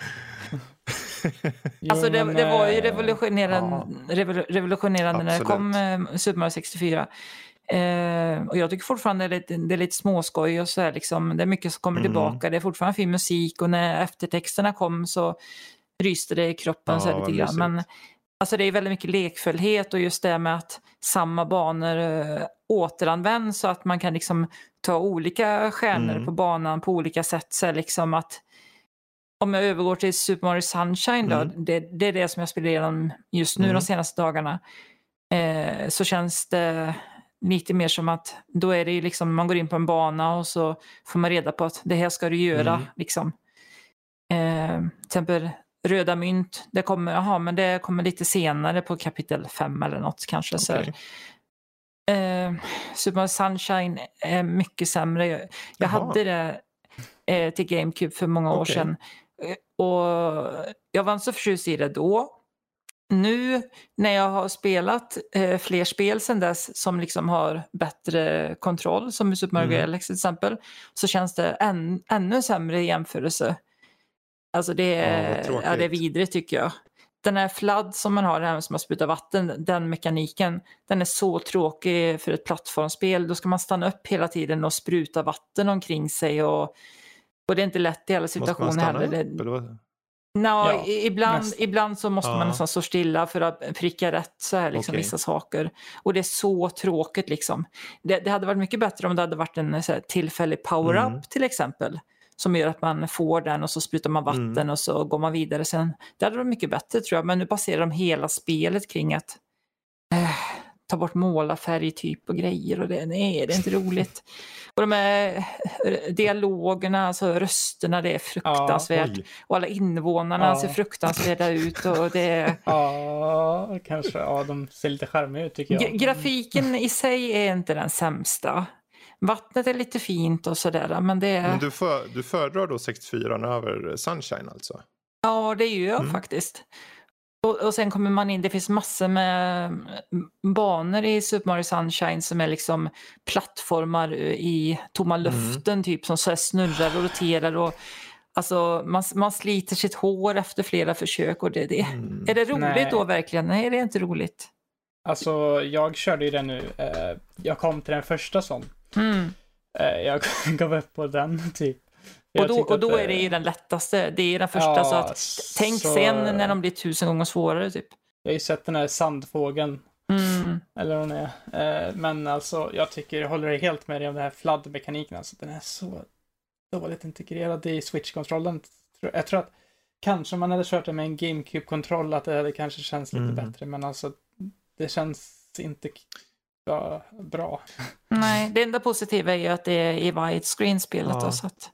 Jo, Alltså det, men, det var ju eh, revolutionerande, revol- revolutionerande när det Absolut. kom eh, Super Mario sextiofyra. Eh, och jag tycker fortfarande det är lite, det är lite småskoj och så här, liksom, det är mycket som kommer Mm. tillbaka. Det är fortfarande fin musik och när eftertexterna kom så ryste det i kroppen Ja, så här, lite vad grann. Men mysigt. alltså det är väldigt mycket lekfullhet och just det med att samma banor eh, återanvänds så att man kan liksom ta olika stjärnor Mm. på banan på olika sätt. Så här, liksom att om jag övergår till Super Mario Sunshine då, Mm. det, det är det som jag spelar igenom just nu Mm. de senaste dagarna. Eh, så känns det lite mer som att då är det ju liksom, man går in på en bana och så får man reda på att det här ska du göra. Mm. Liksom. Eh, till exempel röda mynt, det kommer, aha, men det kommer lite senare på kapitel fem eller något kanske. Så Okej. Eh, Super Mario Sunshine är mycket sämre. Jag, jag Jaha. hade det eh, till GameCube för många år Okej. sedan. Eh, och jag var inte så förtjust i det då. Nu när jag har spelat eh, fler spel sedan dess som liksom har bättre kontroll, som i Super Mario Mm. Galaxy till exempel, så känns det än, ännu sämre i jämförelse. Alltså det Ja, vad är, tråkigt. ja, det är vidrigt tycker jag. Den här flood som man har, det här som man sprutar vatten, den mekaniken, den är så tråkig för ett plattformsspel. Då ska man stanna upp hela tiden och spruta vatten omkring sig och, och det är inte lätt i alla Måste man situationer stanna heller. upp? Det, Eller vad? no, Ja, ibland, nästan. ibland så måste Ja. man nästan stå stilla för att pricka rätt så här, liksom, Okej. vissa saker. Och det är så tråkigt liksom. Det, det hade varit mycket bättre om det hade varit en så här, tillfällig power-up Mm. till exempel. Som gör att man får den och så sprutar man vatten Mm. och så går man vidare sen. Det hade varit mycket bättre tror jag. Men nu baserar de hela spelet kring att eh, ta bort målarfärg typ och grejer. Och det, nej, det är inte roligt. Och de här eh, dialogerna, alltså rösterna, det är fruktansvärt. Oj. Och alla invånarna Ja. ser fruktansvärda ut. Och det är... Ja, kanske. Ja, de ser lite charmiga ut tycker G- jag. grafiken i sig är inte den sämsta. Vattnet är lite fint och sådär. Men det är... Men du, för, du föredrar då sextiofyra över Sunshine alltså? Ja, det gör jag Mm. faktiskt. Och, och sen kommer man in, det finns massor med banor i Super Mario Sunshine som är liksom plattformar i tomma luften typ som så här snurrar och roterar och alltså man, man sliter sitt hår efter flera försök och det, det. Mm. Är det roligt Nej. då verkligen? Nej, det är inte roligt. Alltså, jag körde ju den nu. Eh, jag kom till den första sån. Mm. Eh, jag gav upp på den typ. Jag Och då, tyckte och då att, är det ju eh, den lättaste. Det är den första ja, så att tänk så- sen när de blir tusen gånger svårare typ. Jag har ju sett den här sandfågeln. Mm. Eller vad den är. Eh, men alltså, jag tycker, jag håller helt med dig om den här flood-mekaniken. Alltså, den är så dåligt integrerad i Switch-kontrollen. Jag tror att kanske man hade kört den med en GameCube-kontroll att det hade kanske känts lite Mm. bättre. Men alltså, det känns inte ja, bra. Nej, det enda positiva är ju att det är i widescreen spelet Ja. då, så att...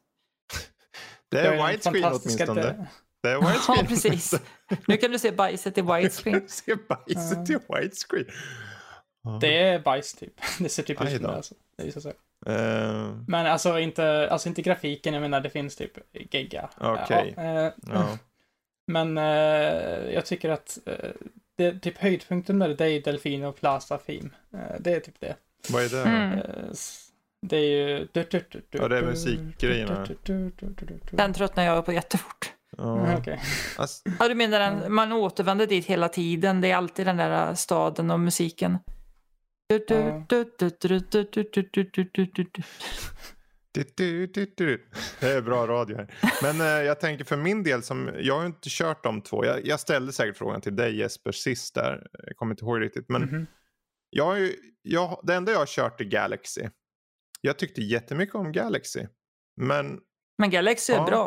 Det Jag är den widescreen fantastiska åtminstone. att- Det är widescreen. Ja, precis. Nu kan du se bajset i widescreen. Se bajset i widescreen. Ja. Det är bajs typ. Det ser typ ut Aj som då. det. Alltså. Det visar sig. Eh, Men alltså inte, alltså inte grafiken, jag menar det finns typ gegga. Okej. Ja, eh, ja. Men eh, jag tycker att eh, det är typ höjdpunkten med det är Delfino och Plaza Theme. Eh, det är typ det. Vad är det? Mm. Eh, s- det är ju... Du, du, du, du, Ja, det är du, musikgrejerna. du, du, du, du, du, du. Den tröttnar jag på jättefort. Ja. Mm, okej. Alltså, Ja, du menar den, man återvänder dit hela tiden. Det är alltid den där staden och musiken. Du, du, Ja. du, du, du, du, du, du, du, du, du, du, du. du, du, du, du. Det är bra radio här. Men eh, jag tänker för min del, som jag har inte kört de två. Jag, jag ställde säkert frågan till dig Jesper sist där. Jag kommer inte ihåg riktigt. Men Mhm. jag har ju, jag, det enda jag har kört är Galaxy. Jag tyckte jättemycket om Galaxy. Men Men Galaxy är Ja. bra.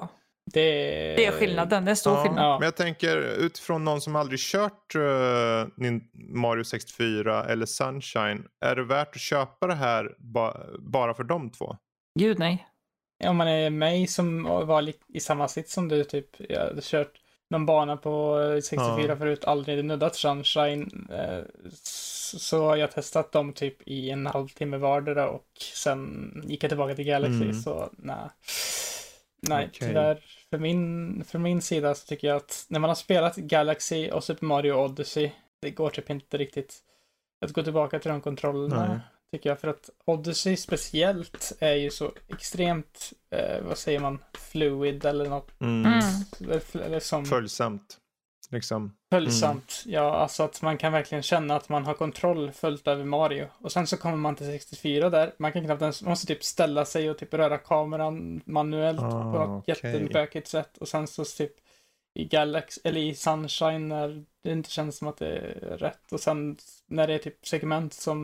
Det, Det är skillnaden, det är stor Ja, skillnad. Ja. men jag tänker utifrån någon som aldrig kört uh, Mario sextiofyra eller Sunshine, är det värt att köpa det här ba- bara för de två? Gud nej. Om man är mig som var li- i samma sitt som du, typ, jag hade kört någon bana på sextiofyra Ja. förut, aldrig nuddat Sunshine, eh, s- så har jag testat dem typ i en halvtimme vardera och sen gick jag tillbaka till Galaxy, Mm. så nej. Nej, Okej. tyvärr. För min, för min sida så tycker jag att när man har spelat Galaxy och Super Mario Odyssey, det går typ inte riktigt att gå tillbaka till de kontrollerna. Nej. Tycker jag, för att Odyssey speciellt är ju så extremt, eh, vad säger man, fluid eller något, Mm. Mm. eller, eller som Följsamt. Liksom. följsamt. Ja, alltså att man kan verkligen känna att man har kontroll fullt över Mario. Och sen så kommer man till sextiofyra där, man kan knappt ens, man måste typ ställa sig och typ röra kameran manuellt Ah, på något okej. jättebökigt sätt. Och sen så typ i Galaxy, eller i Sunshine när det inte känns som att det är rätt. Och sen när det är typ segment som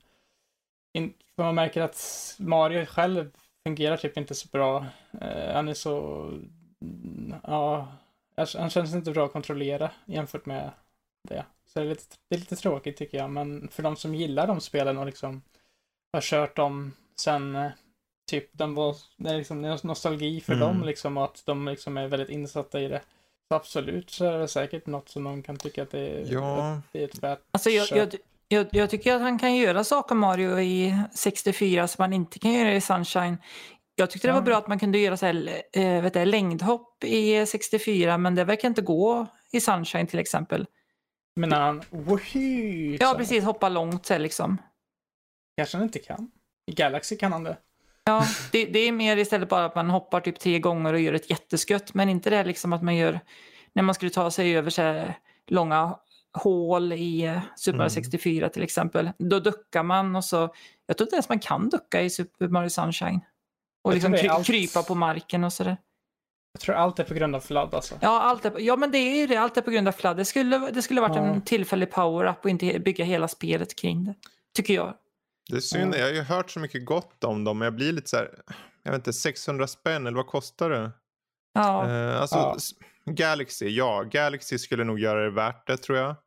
in, för man märker att Mario själv fungerar typ inte så bra. Eh, han är så, mm, ja, han känns inte bra att kontrollera jämfört med det. Så det är, lite, det är lite tråkigt tycker jag, men för de som gillar de spelen och liksom har kört dem sen eh, typ de var, det är liksom det är nostalgi för Mm. dem liksom, och att de liksom är väldigt insatta i det. Så absolut så är det säkert något som de kan tycka att det är, Ja. att det är ett värt Alltså jag, köp. jag, jag, jag tycker att han kan göra saker Mario i sextiofyra som man inte kan göra i Sunshine. Jag tyckte det var Ja. bra att man kunde göra så här, eh, vet du, längdhopp i sextiofyra, men det verkar inte gå i Sunshine till exempel. Men när han, woho, Ja, så precis, hoppa långt så här, liksom. kanske han inte kan. I Galaxy kan han det. Ja, det, det är mer istället bara att man hoppar typ tre gånger och gör ett jätteskutt, men inte det liksom att man gör när man skulle ta sig över så här långa hål i eh, Super Mario Mm. sextiofyra till exempel. Då duckar man och så, jag tror inte ens man kan ducka i Super Mario Sunshine. Och Jag liksom tror det är kry, allt- krypa på marken och sådär. Jag tror allt är på grund av flood alltså. Ja, allt är, ja, men det är ju det. Allt är på grund av flood. Det skulle, det skulle varit Ja. en tillfällig power-up och inte bygga hela spelet kring det. Tycker jag. Det är synd, Ja. jag har ju hört så mycket gott om dem, men jag blir lite så här, jag vet inte, sexhundra spänn eller vad kostar det? Ja, Eh, alltså, Ja. s- Galaxy, ja, Galaxy skulle nog göra det värt det tror jag.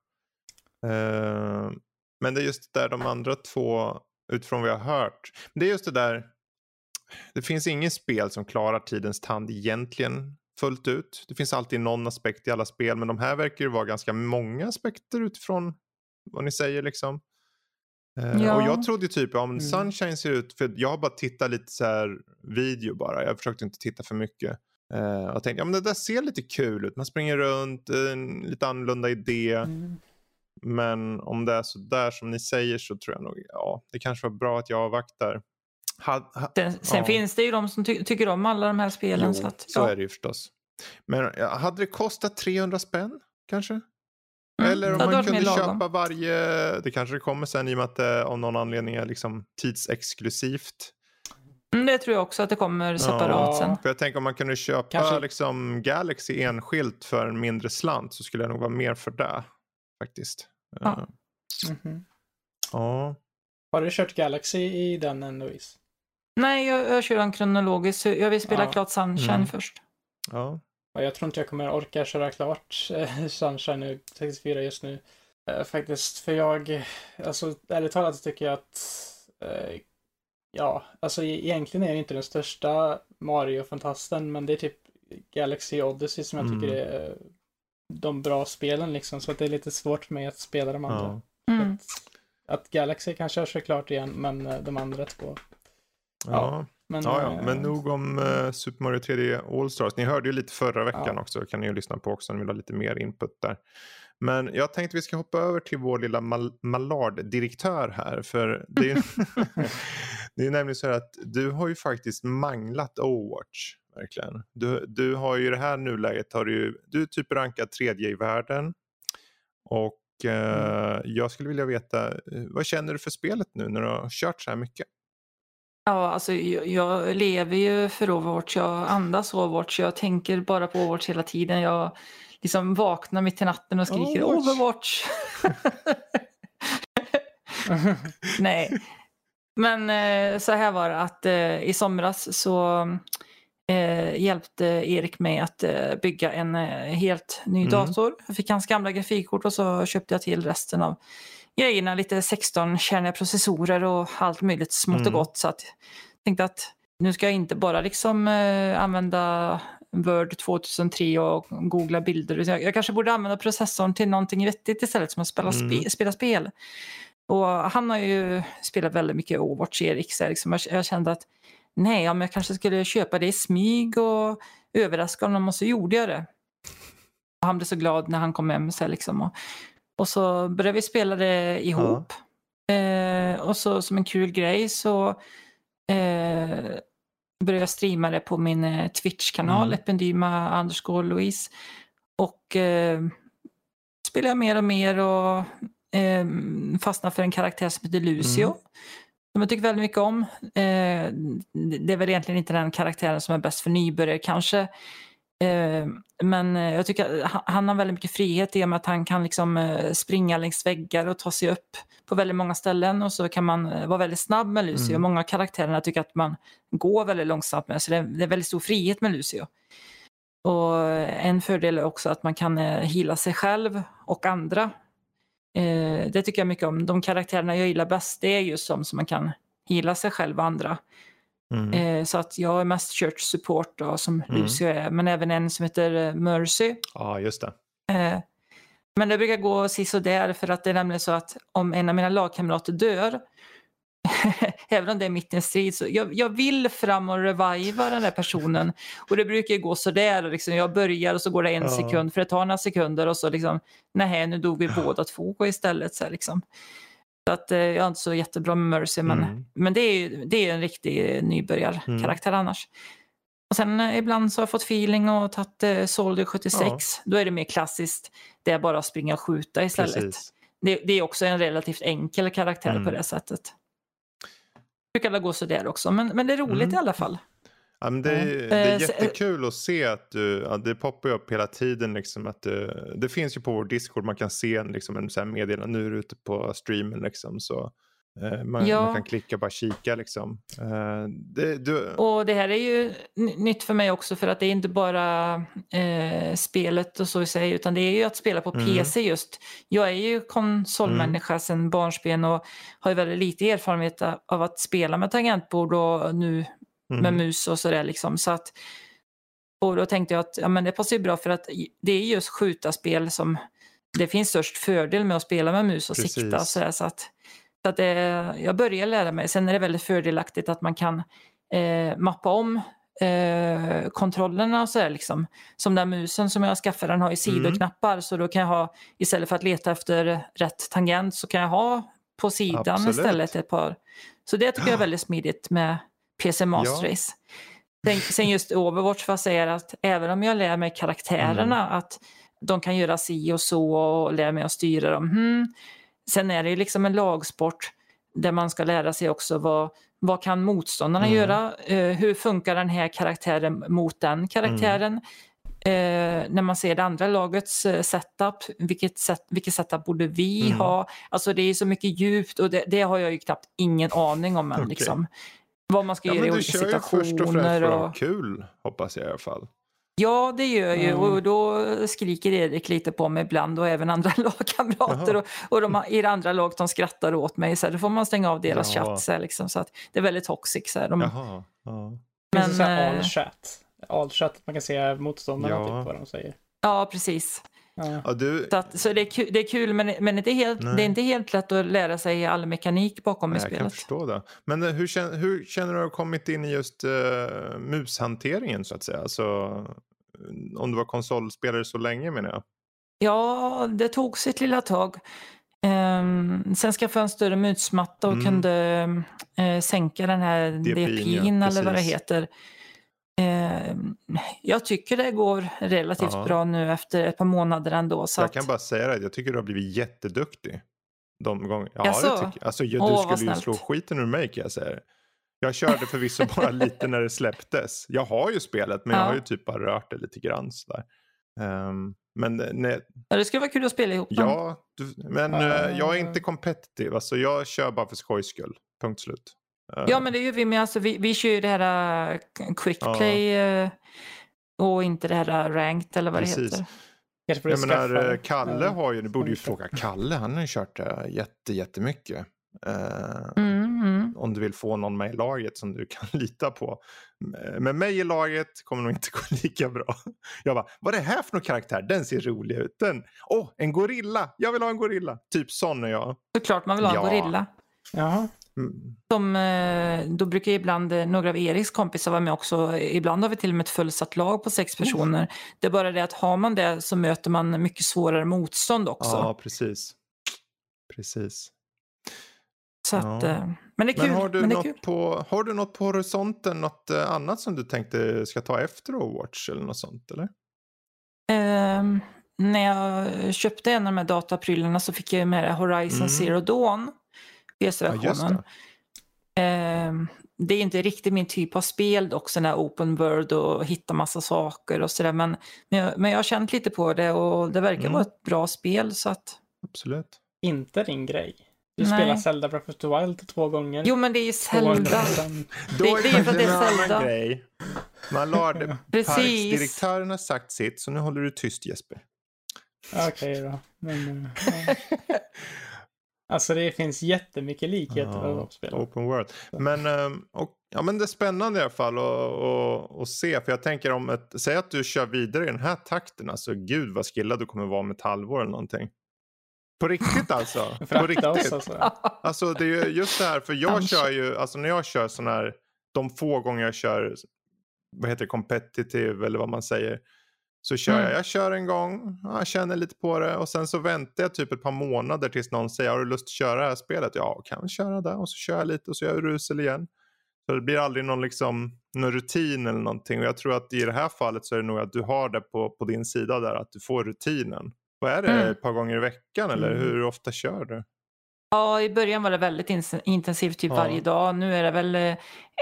Eh, men det är just där de andra två, utifrån vad jag har hört. Det är just det där, det finns ingen spel som klarar tidens tand egentligen fullt ut. Det finns alltid någon aspekt i alla spel, men de här verkar ju vara ganska många aspekter utifrån vad ni säger liksom. Eh, Ja. Och jag trodde typ om Mm. Sunshine ser ut, för jag har bara tittat lite så här video bara, jag försökte inte titta för mycket. Uh, och tänkte, ja men det där ser lite kul ut, man springer runt, en lite annorlunda idé. Mm. Men om det är så där som ni säger så tror jag nog, ja det kanske var bra att jag avvaktar. Ha, ha, sen sen ja. finns det ju de som ty- tycker om alla de här spelen. Jo, så att, så ja. är det ju förstås. Men ja, hade det kostat trehundra spänn kanske? Mm, Eller om det hade man varit kunde mer lagom. köpa varje, det kanske det kommer sen i och med att det av någon anledning är liksom tidsexklusivt. Mm, det tror jag också att det kommer separat Ja. sen. För jag tänker om man kunde köpa Kanske- liksom Galaxy enskilt för en mindre slant så skulle jag nog vara mer för det faktiskt. Ja. Eh, Mhm. ja. Har du kört Galaxy i den än, Louise? Nej, jag, jag kör den kronologiskt. så Jag vill spela Ja. klart Sunshine Mm. först. Ja. Och jag tror inte jag kommer orka köra klart eh, Sunshine nu, sextiofyra just nu. Eh, faktiskt, för jag, alltså ärligt talat så tycker jag att eh, ja, alltså e- egentligen är jag inte den största Mario-fantasten, men det är typ Galaxy Odyssey som jag Mm. tycker är eh, de bra spelen liksom, så att det är lite svårt för mig att spela de andra. Ja. Mm. Att, att Galaxy kan köra sig klart igen, men eh, de andra två. Ja. Men, Ja, ja. eh, Men nog om uh, Super Mario tre D All-Stars. Ni hörde ju lite förra veckan Ja. också. Kan ni ju lyssna på också om ni vill ha lite mer input där. Men jag tänkte vi ska hoppa över till vår lilla mal- Mallard-direktör här. För det är, det är nämligen så här att du har ju faktiskt manglat Overwatch. Verkligen. Du, du har ju i det här nuläget, har du, ju, du är typ rankad tredje i världen. Och eh, Mm. jag skulle vilja veta, eh, vad känner du för spelet nu när du har kört så här mycket? Ja, alltså jag, jag lever ju för Overwatch. Jag andas Overwatch. Jag tänker bara på Overwatch hela tiden. Jag liksom vaknar mitt i natten och skriker Overwatch. Overwatch. Nej. Men eh, så här var det att eh, i somras så eh, hjälpte Erik med att eh, bygga en eh, helt ny Mm. dator. Jag fick hans gamla grafikkort och så köpte jag till resten av grejerna. Lite sexton-kärniga processorer och allt möjligt smått och Mm. gott. Så att jag tänkte att nu ska jag inte bara liksom eh, använda Word tvåtusentre och googla bilder. Jag, jag kanske borde använda processorn till någonting vettigt istället, som att spela, Mm. spe, spela spel. Och han har ju spelat väldigt mycket Overwatch, Erik. Så liksom, jag, jag kände att nej, om jag kanske skulle köpa det i smyg och överraska honom, och så gjorde jag det. Och han blev så glad när han kom hem. Så liksom, och, och så började vi spela det ihop. Ja. Eh, och så som en kul grej så eh, började jag streama det på min eh, Twitch-kanal, mm. Ependyma underscore Louise. Och eh, spelade jag mer och mer och eh, fastnade för en karaktär som heter Lucio. Mm. Som jag tycker väldigt mycket om. Eh, det är väl egentligen inte den karaktären som är bäst för nybörjare kanske. Eh, men jag tycker att han har väldigt mycket frihet i och med att han kan liksom eh, springa längs väggar och ta sig upp på väldigt många ställen. Och så kan man eh, vara väldigt snabb med Lucio. Mm. Och många av karaktärerna tycker att man går väldigt långsamt med. Så det är, det är väldigt stor frihet med Lucio. Och en fördel är också att man kan eh, heala sig själv och andra. Eh, det tycker jag mycket om. De karaktärerna jag gillar bäst, det är just som som man kan heala sig själv och andra. Mm. Eh, så att jag är mest church support då, som mm. Lucio är. Men även en som heter Mercy. Ja, just det. Eh, men det brukar gå sisådär, för att det är nämligen så att om en av mina lagkamrater dör, även om det är mitt i en strid, så jag, jag vill fram och reviva den där personen. Och det brukar ju gå sådär. Liksom, jag börjar och så går det en ja. sekund, för det tar några sekunder och så liksom, nej, nu dog vi båda två istället. Så, liksom. så att eh, jag är inte så jättebra med Mercy, men, mm. men det är ju det är en riktig nybörjarkaraktär mm. annars. Och sen eh, ibland så har jag fått feeling och tagit eh, Soldier sjuttiosex. Ja. Då är det mer klassiskt. Det är bara att springa och skjuta istället. Det, det är också en relativt enkel karaktär mm. på det sättet. Det brukar gå så där också, men, men det är roligt mm. i alla fall. Ja, men det, är, det är jättekul att se att du, ja, det poppar upp hela tiden liksom, att du, det finns ju på vår Discord, man kan se en, liksom, en så här meddelande, nu är du ute på streamen liksom, så eh, man, ja. man kan klicka och bara kika liksom. Eh, det, du... Och det här är ju n- nytt för mig också, för att det är inte bara eh, spelet och så i sig, utan det är ju att spela på mm. P C just. Jag är ju konsolmänniska mm. sedan barnsben och har ju väldigt lite erfarenhet av att spela med tangentbord och nu Mm. med mus och sådär liksom. Så att, och då tänkte jag att ja, men det passar ju bra, för att det är just skjutarspel som det finns störst fördel med att spela med mus och Precis. sikta. Så, så att, så att det, jag börjar lära mig. Sen är det väldigt fördelaktigt att man kan eh, mappa om eh, kontrollerna och sådär liksom. Som den musen som jag skaffade, den har ju sidoknappar. Mm. Så då kan jag ha, istället för att leta efter rätt tangent, så kan jag ha på sidan Absolut. istället ett par. Så det tycker jag är väldigt smidigt med P C Master Race. Ja. Sen just Overwatch, för att säga att även om jag lär mig karaktärerna mm. att de kan göra si och så och lära mig att styra dem. Hmm. Sen är det ju liksom en lagsport där man ska lära sig också vad, vad kan motståndarna mm. göra? Uh, hur funkar den här karaktären mot den karaktären? Mm. Uh, när man ser det andra lagets uh, setup, vilket, set, vilket setup borde vi mm. ha? Alltså det är så mycket djupt, och det, det har jag ju knappt ingen aning om än. Okay. Liksom. Vad man ska ja, göra i olika situationer. Men du kör ju först och främst för och... kul, hoppas jag i alla fall. Ja, det gör jag ju. Mm. Och då skriker Erik lite på mig ibland, och även andra lagkamrater. Och, och de i det andra lag, de skrattar åt mig. Så här, då får man stänga av deras ja. chatt. Så, här, liksom, så att det är väldigt toxic. Så här, de... Jaha, ja. Men, det är så här all-chat. All-chat, man kan se motståndarna ja. typ vad de säger. Ja, precis. Ja. Ja, du... Så, att, så det, är kul, det är kul, men, men det, är helt, det är inte helt lätt att lära sig all mekanik bakom Nej, i spelet. Jag kan förstå det. Men hur känner, hur känner du att du har kommit in i just uh, mushanteringen så att säga? Alltså, om du var konsolspelare så länge, menar jag. Ja, det tog sitt lilla tag. Um, sen skaffade jag en större musmatta och mm. kunde uh, sänka den här D P I-n ja, eller vad det heter. Jag tycker det går relativt ja. bra nu efter ett par månader ändå. Så jag att... kan bara säga det, jag tycker du har blivit jätteduktig. De gånger. Ja, Jaså? det tycker jag. Alltså, jag, Åh, du skulle ju slå skiten ur mig, kan jag säga. Jag körde förvisso bara lite när det släpptes. Jag har ju spelet, men ja. jag har ju typ bara rört det lite grann sådär. Um, men nej. Ja, det skulle vara kul att spela ihop. Ja, du, men uh. Uh, jag är inte competitive. Alltså, jag kör bara för skojs skull. Punkt slut. Ja, men det gör vi med. Alltså, vi, vi kör ju det här uh, quick play uh, och inte det här uh, ranked eller vad Precis. det heter. Jag menar, Kalle har ju, du borde ju fråga Kalle, han har ju kört det jätte, jättemycket. Uh, mm, mm. Om du vill få någon med i laget som du kan lita på. Med mig i laget kommer nog inte gå lika bra. Jag bara, vad är det här för någon karaktär? Den ser rolig ut. Den, åh, oh, en gorilla. Jag vill ha en gorilla. Typ sån är jag. Såklart man vill ha en ja. gorilla. Jaha. Mm. Som, då brukar ibland några av Eriks kompisar vara med också. Ibland har vi till och med ett fullsatt lag på sex personer. Mm. Det är bara det att har man det så möter man mycket svårare motstånd också. Ja, precis. Precis. Så att, ja. Men det är kul. Men har du, men det är något, kul. på, har du något på horisonten, något annat som du tänkte ska ta efter Overwatch eller något sånt, eller? Um, när jag köpte en av de här dataprylarna så fick jag med Horizon mm. Zero Dawn. P S-versionen. Ja, det. Um, det är inte riktigt min typ av spel dock, sån här open world och hitta massa saker och sådär. Men, men, jag, men jag har känt lite på det och det verkar mm. vara ett bra spel. Så att... Absolut. Inte din grej. Du Nej. spelar Zelda Breath of the Wild två gånger. Jo, men det är ju Zelda. det, det är ju för att det är Zelda. Grej. Man lade parksdirektören har sagt sitt, så nu håller du tyst, Jesper. Okej okay, då. Men, ja. Alltså det finns jättemycket likheter med ja, de spel. Open world. Men, och, ja, men det är spännande i alla fall att se. För jag tänker om ett, säg att du kör vidare i den här takten. Alltså gud vad skillad du kommer vara med ett halvår eller någonting. På riktigt alltså. På riktigt. Alltså. alltså det är just det här. För jag kör ju, alltså när jag kör sån här, de få gånger jag kör, vad heter det, competitive eller vad man säger. Så kör mm. jag, jag kör en gång, jag känner lite på det och sen så väntar jag typ ett par månader tills någon säger, har du lust att köra det här spelet? Ja, kan vi köra det? Och så kör jag lite och så gör jag rusel igen. Så det blir aldrig någon liksom, någon rutin eller någonting. Och jag tror att i det här fallet så är det nog att du har det på, på din sida där, att du får rutinen. Vad är det, mm. ett par gånger i veckan eller mm. hur ofta kör du? Ja, i början var det väldigt in- intensivt typ ja. varje dag. Nu är det väl eh,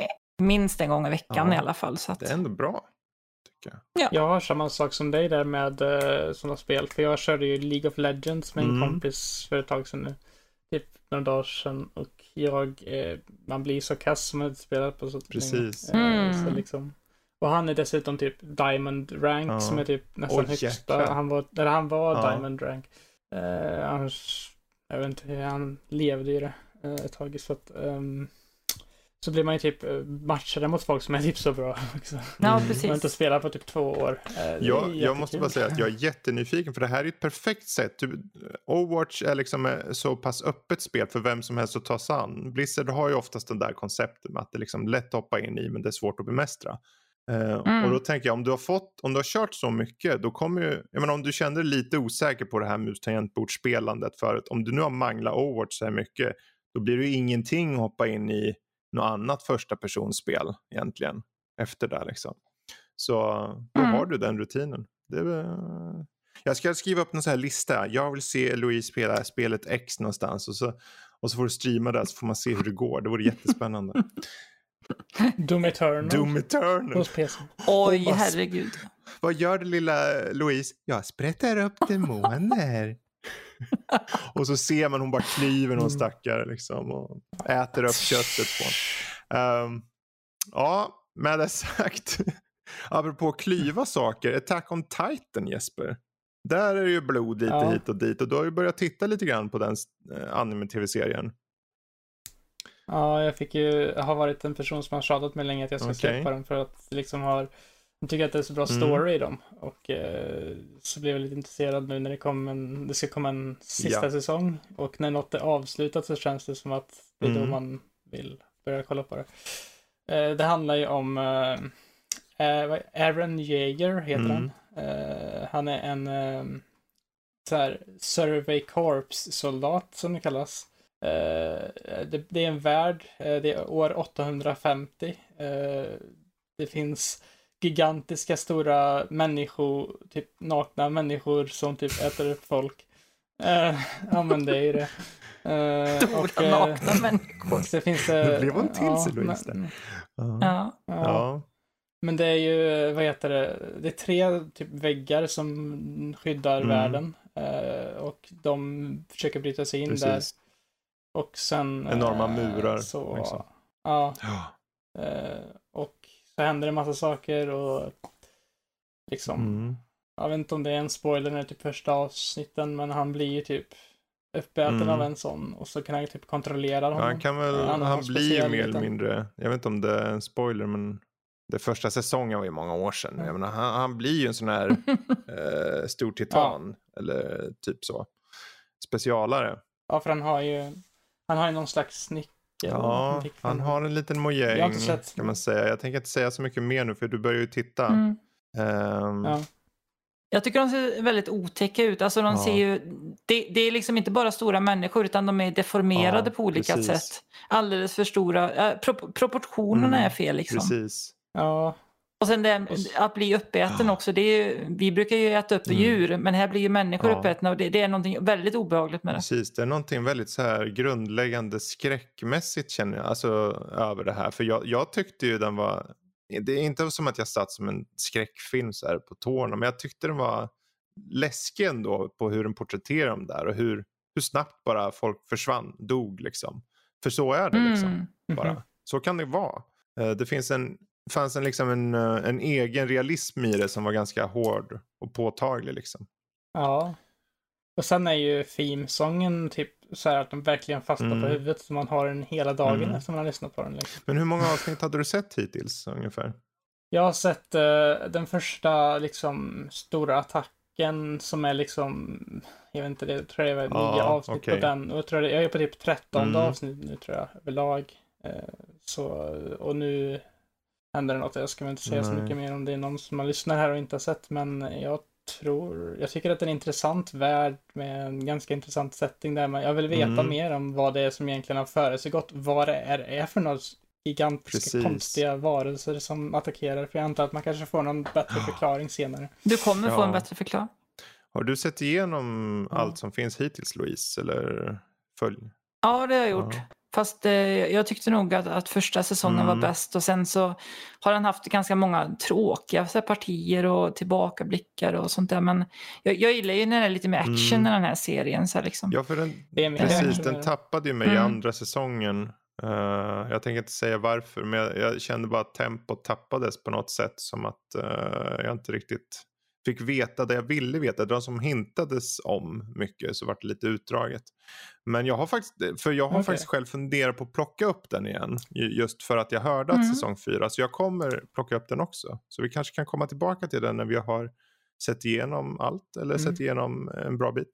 minst en gång i veckan ja. i alla fall. Så att... Det är ändå bra. Jag. Ja. jag har samma sak som dig där med uh, sådana spel. För jag körde ju League of Legends med en mm. kompis för ett tag sedan nu. Typ några dagar sedan. Och jag, eh, man blir så kass som man inte spelar på så Precis. länge. Eh, mm. så liksom. Och han är dessutom typ Diamond Rank ja. som är typ nästan oh, högsta. Han var, eller han var ja. Diamond Rank. Uh, annars, jag vet inte, han levde i det uh, ett tag. Så att... Um, så blir man ju typ matchade mot folk som är typ så bra också. Ja, precis. Man har inte spelat på typ två år. Ja, jag måste bara säga att jag är jättenyfiken för det här är ett perfekt sätt. Overwatch är liksom så pass öppet spel för vem som helst att ta sig an. Blizzard har ju oftast den där konceptet med att det är liksom lätt att hoppa in i men det är svårt att bemästra. Mm. Och då tänker jag, om du har fått, om du har kört så mycket, då kommer ju, jag menar om du kände dig lite osäker på det här mus-tangentbordsspelandet förut, om du nu har manglat Overwatch så här mycket, då blir det ju ingenting att hoppa in i något annat första personspel egentligen efter det liksom. Så då mm. har du den rutinen. Det är, jag ska skriva upp en sån här lista. Jag vill se Louise spela spelet X någonstans och så, och så får du streama det så får man se hur det går. Det vore jättespännande. Doom Eternal. Doom Eternal. Hos P C. Oj, bara, herregud. Vad gör det lilla Louise? Jag sprättar upp demoner. Och så ser man hon bara klyver någon stackare liksom och äter upp köttet på um, ja, med det sagt apropå klyva saker, Attack on Titan, Jesper, där är det ju blod lite ja. hit och dit och du har ju börjat titta lite grann på den uh, anime-tv-serien. Ja, jag fick ju jag har varit en person som har tjatat mig länge att jag ska okay. släppa den för att liksom har jag tycker att det är så bra story mm. i dem. Och eh, så blev jag lite intresserad nu när det kom en, det ska komma en sista ja. säsong. Och när något är avslutat så känns det som att det är mm. då man vill börja kolla på det. Eh, det handlar ju om eh, Aaron Jaeger heter mm. han. Eh, han är en eh, så här, Survey Corps soldat som det kallas. Eh, det, det är en värld. Eh, det är år åttahundrafemtio. Eh, det finns gigantiska stora människor, typ nakna människor som typ äter upp folk. Uh, ja men det är ju det. Uh, stora och, uh, nakna människor. Så finns det. Det blev en till sig, Louise. Uh. Ja. Ja. Men det är ju, vad heter det? Det är tre typ väggar som skyddar mm. världen. Uh, och de försöker bryta sig in Precis. där. Och sen enorma murar så liksom. Ja. Ja. Eh, och så händer det massa saker och liksom, Mm. jag vet inte om det är en spoiler när det är typ första avsnitten, men han blir ju typ uppäten Mm. av en sån och så kan han ju typ kontrollera Ja, honom. han kan väl, Ja, han har han en blir ju speciell mer eller liten- mindre, jag vet inte om det är en spoiler, men det första säsongen var ju många år sedan. Ja. Jag menar, han, han blir ju en sån här eh, stor titan, eller typ så. Specialare. Ja, för han har ju han har ju någon slags nyckel. Ja, fick han från- har en liten Jag har mojäng inte sett- kan man säga. Jag tänker inte säga så mycket mer nu för du börjar ju titta. Mm. Ehm, Ja. Jag tycker de ser väldigt otäcka ut. Alltså de Ja. ser ju, det, det är liksom inte bara stora människor utan de är deformerade Ja, på olika precis. sätt. Alldeles för stora. Äh, pro, proportionerna Mm, är fel liksom. Precis. Ja, Och sen det, Och s- att bli uppäten Ja. också. Det är ju, vi brukar ju äta upp Mm. djur men här blir ju människor Ja. uppätna och det, det är någonting väldigt obehagligt med det. Precis, det är någonting väldigt så här grundläggande skräckmässigt känner jag, alltså över det här. För jag, jag tyckte ju den var, det är inte som att jag satt som en skräckfilm så här på tårna, men jag tyckte den var läskig ändå på hur den porträtterar dem där och hur, hur snabbt bara folk försvann, dog liksom. För så är det liksom, Mm. bara. Mhm. Så kan det vara. Eh, Det finns en, fanns en, liksom en, eh, en egen realism i det som var ganska hård och påtaglig liksom. ja. Och sen är ju themesången typ så här att den verkligen fastnar Mm. på huvudet så man har den hela dagen Mm. efter man har lyssnat på den. Liksom. Men hur många avsnitt hade du sett hittills ungefär? Jag har sett eh, den första liksom stora attacken som är liksom, jag vet inte, det tror jag är Ja, nio avsnitt okej. på den. Och jag tror det, jag är på typ trettonde Mm. avsnitt nu tror jag överlag. Eh, så, och nu händer det något. Jag ska väl inte säga så Nej. mycket mer om det är någon som har lyssnat här och inte har sett, men jag tror, jag tycker att det är en intressant värld med en ganska intressant setting där, men jag vill veta Mm. mer om vad det är som egentligen har försiggått, vad det är, är för några gigantiska Precis. konstiga varelser som attackerar, för jag antar att man kanske får någon bättre förklaring senare. Du kommer få Ja. en bättre förklaring. Har du sett igenom Ja. allt som finns hittills, Louise? Eller följ? Ja, det har jag gjort. Ja. Fast eh, jag tyckte nog att, att första säsongen Mm. var bäst och sen så har den haft ganska många tråkiga så här, partier och tillbakablickar och sånt där. Men jag, jag gillar ju när det är lite mer action Mm. i den här serien. Så här, liksom. Ja, för den, Det är mer precis, action den med det. tappade ju mig i Mm. andra säsongen. Uh, jag tänker inte säga varför, men jag, jag kände bara att tempot tappades på något sätt. Som att uh, jag inte riktigt fick veta det jag ville veta. De som hintades om mycket så var det lite utdraget. Men jag har faktiskt, för jag har Okej. faktiskt själv funderat på att plocka upp den igen. ju- Just för att jag hörde att Mm. säsong fyra. Så jag kommer plocka upp den också. Så vi kanske kan komma tillbaka till den när vi har sett igenom allt. Eller Mm. sett igenom en bra bit.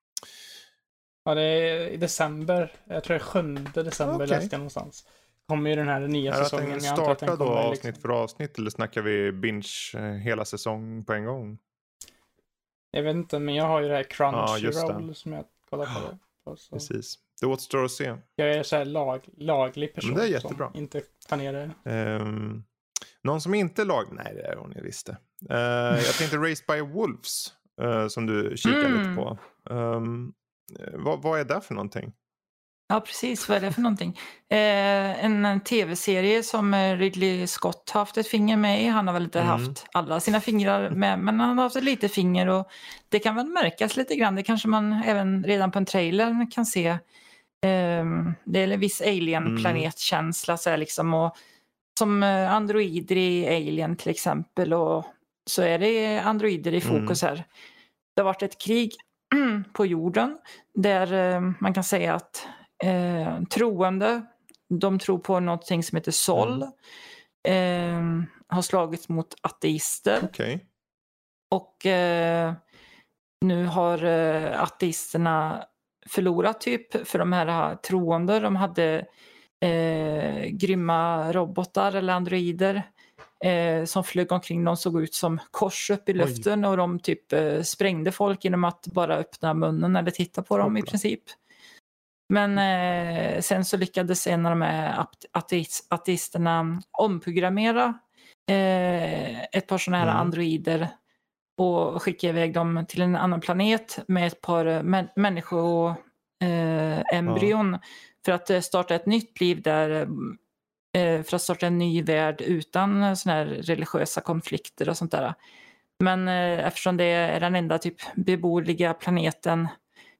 Ja, det är i december, jag tror det är sjunde december Okej. läste jag någonstans. Kommer ju den här nya Är att säsongen. den Jag antar att den startar då kommer avsnitt liksom, för avsnitt eller snackar vi binge eh, hela säsong på en gång? jag vet inte, men jag har ju det här Ja, just det. Crunchyroll som jag kollar på. på så. Precis. Det återstår att se. Jag är så här lag, laglig person Men det är jättebra. som inte tar ner det. Ehm, någon som inte är lag... Nej, det är hon, jag visste. Uh, jag tänkte Raised by Wolves eh, som du kikar Mm. lite på. Um, vad, vad är det för någonting? Ja, precis. Vad är det för någonting? Eh, en, en tv-serie som eh, Ridley Scott har haft ett finger med i. Han har väl inte Mm. haft alla sina fingrar med, men han har haft ett litet finger och det kan väl märkas lite grann. Det kanske man även redan på en trailer kan se. Eh, det är en viss alien-planetkänsla så här liksom, och som eh, androider i Alien till exempel, och så är det androider i fokus här. Det har varit ett krig på jorden där eh, man kan säga att eh, troende, de tror på någonting som heter Sol, eh, har slagits mot ateister Okej. och eh, nu har eh, ateisterna förlorat typ, för de här troende, de hade eh, grymma robotar eller androider eh, som flög omkring, de såg ut som kors upp i luften och de typ eh, sprängde folk genom att bara öppna munnen eller titta på dem i Hoppla. princip. Men eh, sen så lyckades en av de här ateist, ateisterna omprogrammera eh, ett par sådana här Mm. androider och skicka iväg dem till en annan planet med ett par mä- människoembryon eh, embryon för att eh, starta ett nytt liv där, eh, för att starta en ny värld utan såna här religiösa konflikter och sånt där. Men eh, eftersom det är den enda typ beboeliga planeten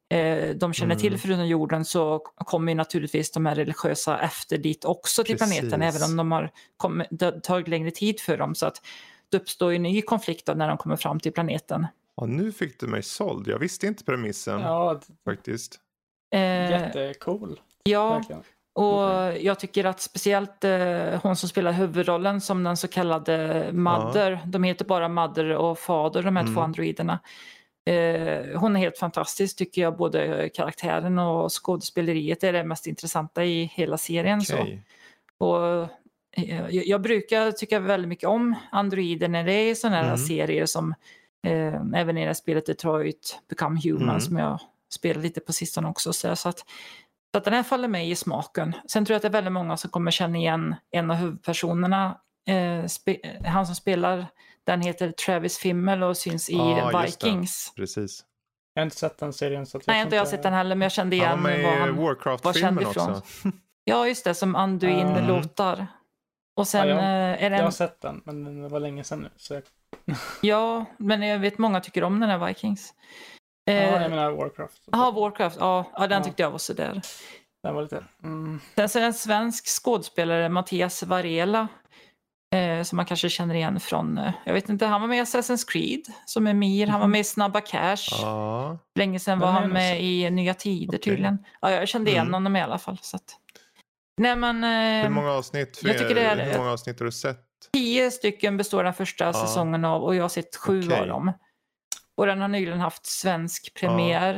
eh, de känner till Mm. förutom jorden, så kommer ju naturligtvis de här religiösa efter dit också till Precis. planeten, även om de har kommit, det tagit längre tid för dem, så att det uppstår ju en ny konflikt då när de kommer fram till planeten. Ja, nu fick du mig såld. Jag visste inte premissen Ja, d- faktiskt. Eh, jättecool. ja, Verkligen. och jag tycker att speciellt eh, hon som spelar huvudrollen som den så kallade Mother, de heter bara Mother och Fader, de här Mm. två androiderna. Eh, hon är helt fantastisk tycker jag, både karaktären och skådespeleriet är det mest intressanta i hela serien. Okej. Så. Och, eh, jag, jag brukar tycka väldigt mycket om androider när det är sådana här Mm. serier som eh, även i det här spelet Detroit Become Human Mm. som jag spelar lite på sistone också. Så, så att Så att den här faller mig i smaken. Sen tror jag att det är väldigt många som kommer känna igen en av huvudpersonerna. Eh, spe- han som spelar, den heter Travis Fimmel och syns i Ah, just det. Vikings. Precis. Jag har inte sett den serien. Så att Nej, tror inte jag har sett den heller, men jag kände Han var igen med vad i han... var Warcraft-filmen känd ifrån. också. Ja, just det, som Anduin Mm. låtar. Och sen Ja, jag- eh, är det Jag har en... sett den, men det var länge sedan nu. Så jag... Ja, men jag vet många tycker om den här Vikings. Ja, jag Eh, menar Warcraft. Jaha, Warcraft. Ja, ja, den Ja. tyckte jag var så där. Den var lite... Mm. Sen så är det en svensk skådespelare, Mattias Varela, eh, som man kanske känner igen från, eh, jag vet inte, han var med i Assassin's Creed som Emir, han var med i Snabba Cash. Ja. Länge sedan var Men han men med alltså- i Nya Tider Okej. tydligen. Ja, jag kände igen Mm. honom i alla fall. Så att... Nej men, Hur eh, många avsnitt, jag tycker det är- hur många avsnitt har du sett? tio stycken består den första Ja. säsongen av och jag har sett sju Okej. av dem. Och den har nyligen haft svensk premiär.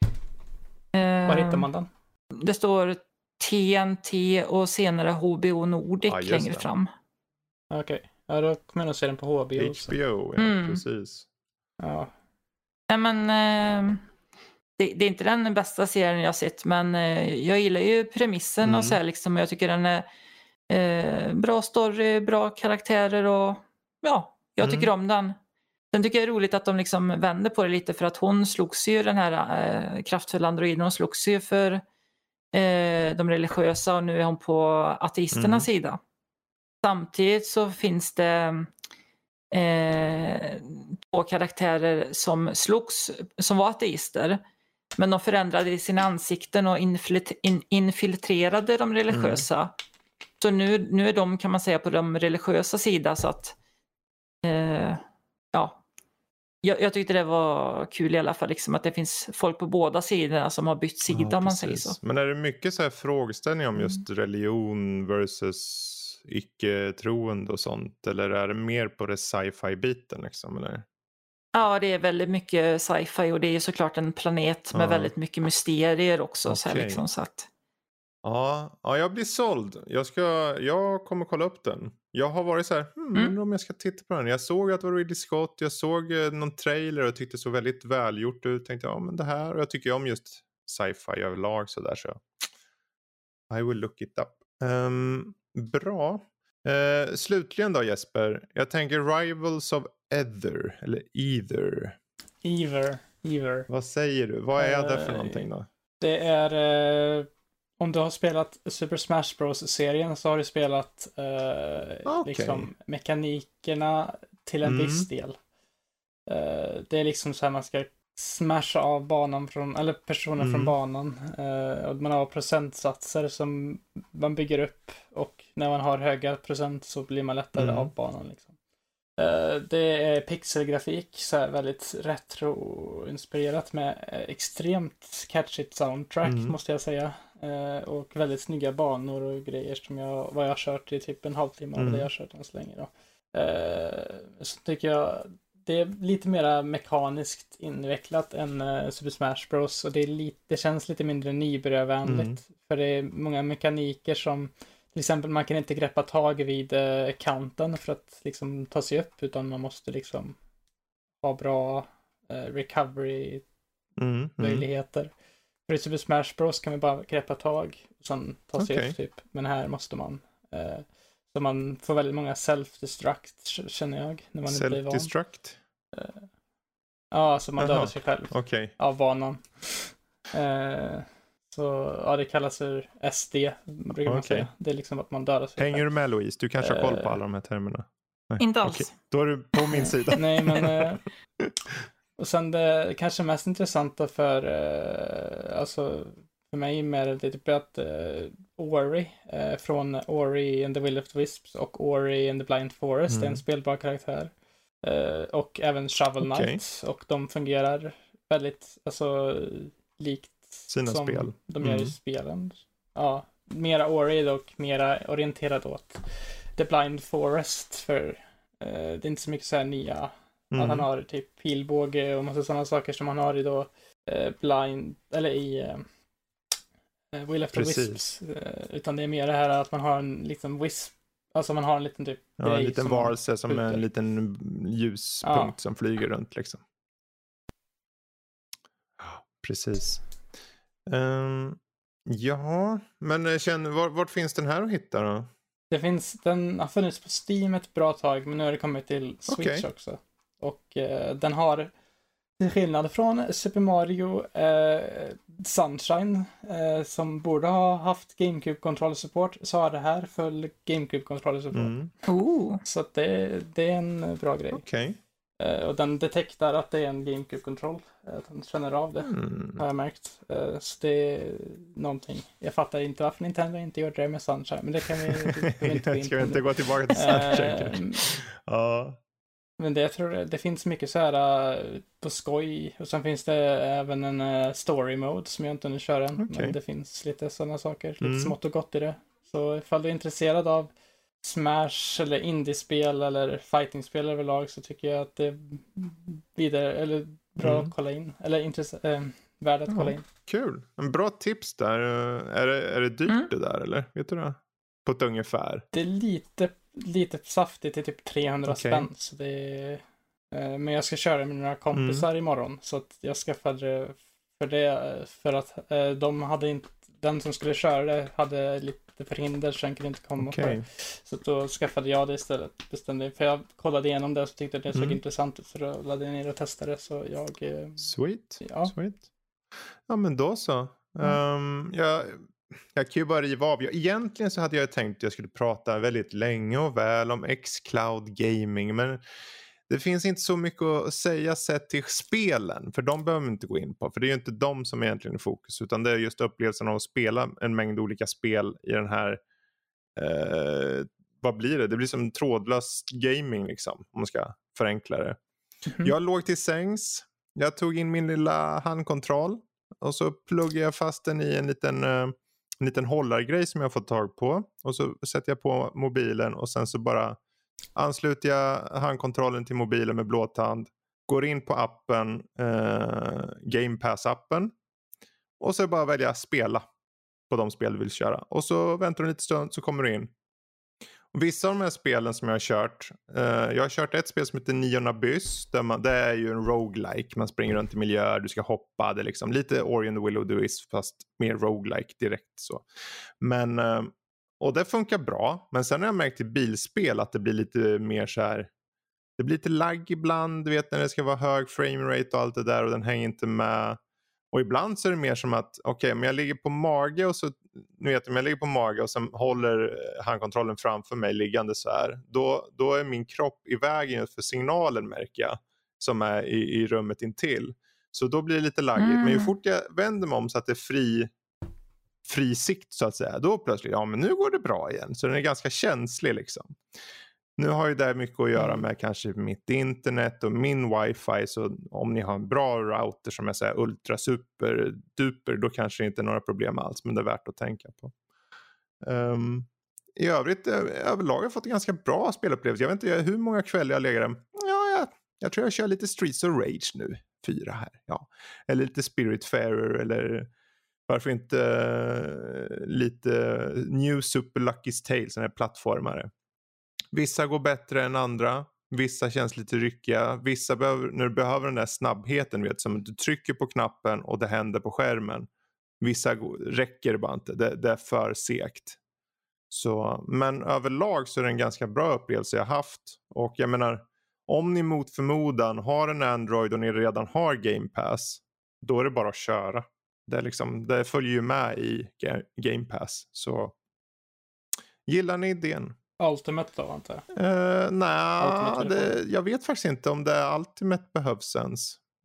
Eh, Var hittar man den? Det står T N T och senare H B O Nordic Ja, just längre det. fram. Okej. Ja, då kommer jag nog se den på H B O. H så. B O, ja, Mm. precis. Ja. Nej men, eh, det, det är inte den bästa serien jag har sett, men eh, jag gillar ju premissen Mm. och så här liksom. Och jag tycker den är eh, bra story, bra karaktärer och ja, jag tycker Mm. om den. Sen tycker jag det är roligt att de liksom vänder på det lite, för att hon slogs ju, den här eh, kraftfulla androiden, hon slogs ju för eh, de religiösa och nu är hon på ateisternas Mm. sida. Samtidigt så finns det eh, två karaktärer som slogs, som var ateister, men de förändrade sina ansikten och infil- in- infiltrerade de religiösa. Så nu, nu är de, kan man säga, på de religiösa sida, så att eh, ja, jag, jag tyckte det var kul i alla fall, liksom, att det finns folk på båda sidorna som har bytt sida, Ja, om man säger precis. så. Men är det mycket så här frågeställningar om just religion versus icke-troende och sånt? Eller är det mer på det sci-fi-biten liksom? Eller? Ja, det är väldigt mycket sci-fi och det är såklart en planet med Ja. väldigt mycket mysterier också. Så här, Okej. liksom, så att, Ja, ja, jag blir såld. Jag, ska, jag kommer kolla upp den. Jag har varit så här, hmm, Mm. undrar om jag ska titta på den. Jag såg att det var Ridley Scott, jag såg eh, någon trailer och tyckte det så väldigt välgjort ut. Tänkte, ja men det här, och jag tycker om just sci-fi överlag så där, så I will look it up. Ehm, bra. Eh, slutligen då Jesper, jag tänker Rivals of Ether, eller Either. Ever. Ever. Vad säger du? Vad är det för Eh, någonting då? Det är... Eh, om du har spelat Super Smash Bros-serien så har du spelat eh, Okej. liksom mekanikerna till en Mm. viss del. Eh, det är liksom så här man ska smasha av banan från, eller personen Mm. från banan. Eh, och man har procentsatser som man bygger upp och när man har höga procent så blir man lättare Mm. av banan liksom. Eh, det är pixelgrafik, så här väldigt retro-inspirerat med eh, extremt catchigt soundtrack Mm. måste jag säga. Eh, och väldigt snygga banor och grejer som jag, vad jag har kört i typ en halvtimme av Mm. det jag har kört än så länge då. Eh, så tycker jag det är lite mer mekaniskt invecklat än uh, Super Smash Bros. Och det, är lite, det känns lite mindre nybörjarvänligt. Mm. För det är många mekaniker som till exempel man kan inte greppa tag vid uh, kanten för att liksom ta sig upp, utan man måste liksom ha bra uh, recovery Mm, mm. möjligheter. För i Super Smash Bros kan man bara greppa tag och sen ta sig Okej. upp typ. Men här måste man uh, så man får väldigt många self-destruct känner jag när man inte blir van. Self-destruct? Ja, så man Jaha. dödar sig själv Okej. av banan. Eh, så ja, det kallas för S D brukar man Okej. säga. Det är liksom att man dödar sig Hänger själv. du med Louise? Du kanske har koll på Eh. alla de här termerna? Nej. Inte alls. Okej. Då är du på min sida. Nej, men eh, Och sen det kanske mest intressanta för, eh, alltså för mig med det är typ att eh, Ori eh, från Ori and the Will of the Wisps och Ori and the Blind Forest Mm. är en spelbar karaktär. Eh, och även Shovel Knight. Okej. Och de fungerar väldigt, alltså likt Sina som spel. de gör i Mm. spelen. Ja, mera Ori dock, mera orienterad åt The Blind Forest, för eh, det är inte så mycket så här nya, att han Mm. har typ pilbåge och massa sådana saker som han har i då eh, Blind, eller i eh, Will of the Precis. Wisps, eh, utan det är mer det här att man har en liten wisp, alltså man har en liten typ Ja, en grej liten som man varelse som är en skjuter. liten ljuspunkt Ja. som flyger runt liksom. Precis. Ehm, ja, men jag känner, var, vart finns den här att hitta då? Det finns, den har funnits på Steam ett bra tag, men nu har det kommit till Switch Okej. också. Och eh, den har, till skillnad från Super Mario eh, Sunshine, eh, som borde ha haft GameCube-kontrollsupport, så har det här full GameCube-kontrollsupport. Mm. Oh. Så att det, det är en bra grej. Okej. Eh, och den detektar att det är en GameCube-kontroll. Eh, den känner av det, Mm. har jag märkt. Eh, så det är någonting. Jag fattar inte varför Nintendo inte gjorde det med Sunshine, men det kan vi, det behöver vi inte gå in Ska på vi inte nu. gå tillbaka till Sunshine Eh, kanske? Ja. Men det, jag tror det, det finns mycket så här uh, på skoj. Och sen finns det även en uh, story mode som jag inte nu kör än. Okej. Men det finns lite sådana saker, lite Mm. smått och gott i det. Så ifall du är intresserad av Smash eller indiespel eller fightingspel överlag, så tycker jag att det är vidare, eller bra Mm. att kolla in. Eller intress- äh, värd att Ja. kolla in. Kul. En bra tips där. Eh, Är det, är det dyrt Mm. det där eller? Vet du det? På ett ungefär. Det är lite, lite saftigt, det är typ trehundra Okej. spänn. Så det är, eh, men jag ska köra med några kompisar Mm. imorgon. Så att jag skaffade det för det, för att eh, de hade inte, den som skulle köra det hade lite förhinder, så den kunde inte komma på Okej. det. Så då skaffade jag det istället. Bestämde, för jag kollade igenom det och så tyckte att det såg Mm. intressant ut, så då laddade jag ner och testade. Så jag, eh, Sweet. ja. Sweet. Ja, men då så. Mm. Ehm, jag, jag kan ju bara riva av. Jag, egentligen så hade jag tänkt att jag skulle prata väldigt länge och väl om X-Cloud Gaming. Men det finns inte så mycket att säga sett till spelen. För de behöver vi inte gå in på. För det är ju inte de som egentligen är fokus. Utan det är just upplevelsen av att spela en mängd olika spel i den här... Eh, vad blir det? Det blir som trådlös gaming liksom. Om man ska förenkla det. Mhm. Jag låg till sängs. Jag tog in min lilla handkontroll. Och så pluggade jag fast den i en liten, uh, en liten hållargrej som jag fått tag på. Och så sätter jag på mobilen. Och sen så bara ansluter jag handkontrollen till mobilen med blåtand. Går in på appen. Uh, Game Pass-appen. Och så bara välja spela på de spel du vill köra. Och så väntar du en liten stund så kommer du in. Och vissa av de här spelen som jag har kört. Uh, jag har kört ett spel som heter Neon Abyss. Där man, det är ju en roguelike. Man springer runt i miljöer. Du ska hoppa. Det är liksom lite Ori and the Will of the Wisps. Fast mer roguelike direkt så. Men... Uh, och det funkar bra. Men sen har jag märkt i bilspel att det blir lite mer så här. Det blir lite lagg ibland. Du vet när det ska vara hög framerate och allt det där. Och den hänger inte med. Och ibland så är det mer som att okej, okay, men jag ligger på mage och så, nu vet jag, om jag ligger på mage och sen håller handkontrollen framför mig liggande så här, då, då är min kropp i vägen för signalen, märker jag, som är i, i rummet intill. Så då blir det lite laggigt. Mm. Men ju fort jag vänder mig om så att det är fri, fri sikt så att säga, då plötsligt, ja men nu går det bra igen. Så den är ganska känslig liksom. Nu har ju det mycket att göra med kanske mitt internet och min wifi. Så om ni har en bra router som är så här ultra super duper, då kanske det inte är några problem alls. Men det är värt att tänka på. Um, I övrigt överlag har jag fått en ganska bra spelupplevelse. Jag vet inte hur många kvällar jag lägger dem. Ja, jag, jag tror jag kör lite Streets of Rage nu. Fyra här, ja. Eller lite Spiritfarer eller... Varför inte uh, lite New Super Lucky's Tale, sån här plattformare. Vissa går bättre än andra. Vissa känns lite ryckiga. Vissa behöver, när du behöver den där snabbheten, vet, som du trycker på knappen och det händer på skärmen. Vissa går, räcker bara inte. Det, det är för segt. Så, men överlag så är det en ganska bra upplevelse jag haft. Och jag menar, om ni mot förmodan har en Android och ni redan har Game Pass, då är det bara att köra. Det, är liksom, det följer ju med i Game Pass. Så gillar ni idén? Ultimate då, antar jag. Uh, nej, Ultimate det, jag vet faktiskt inte om det Ultimate behövs ens.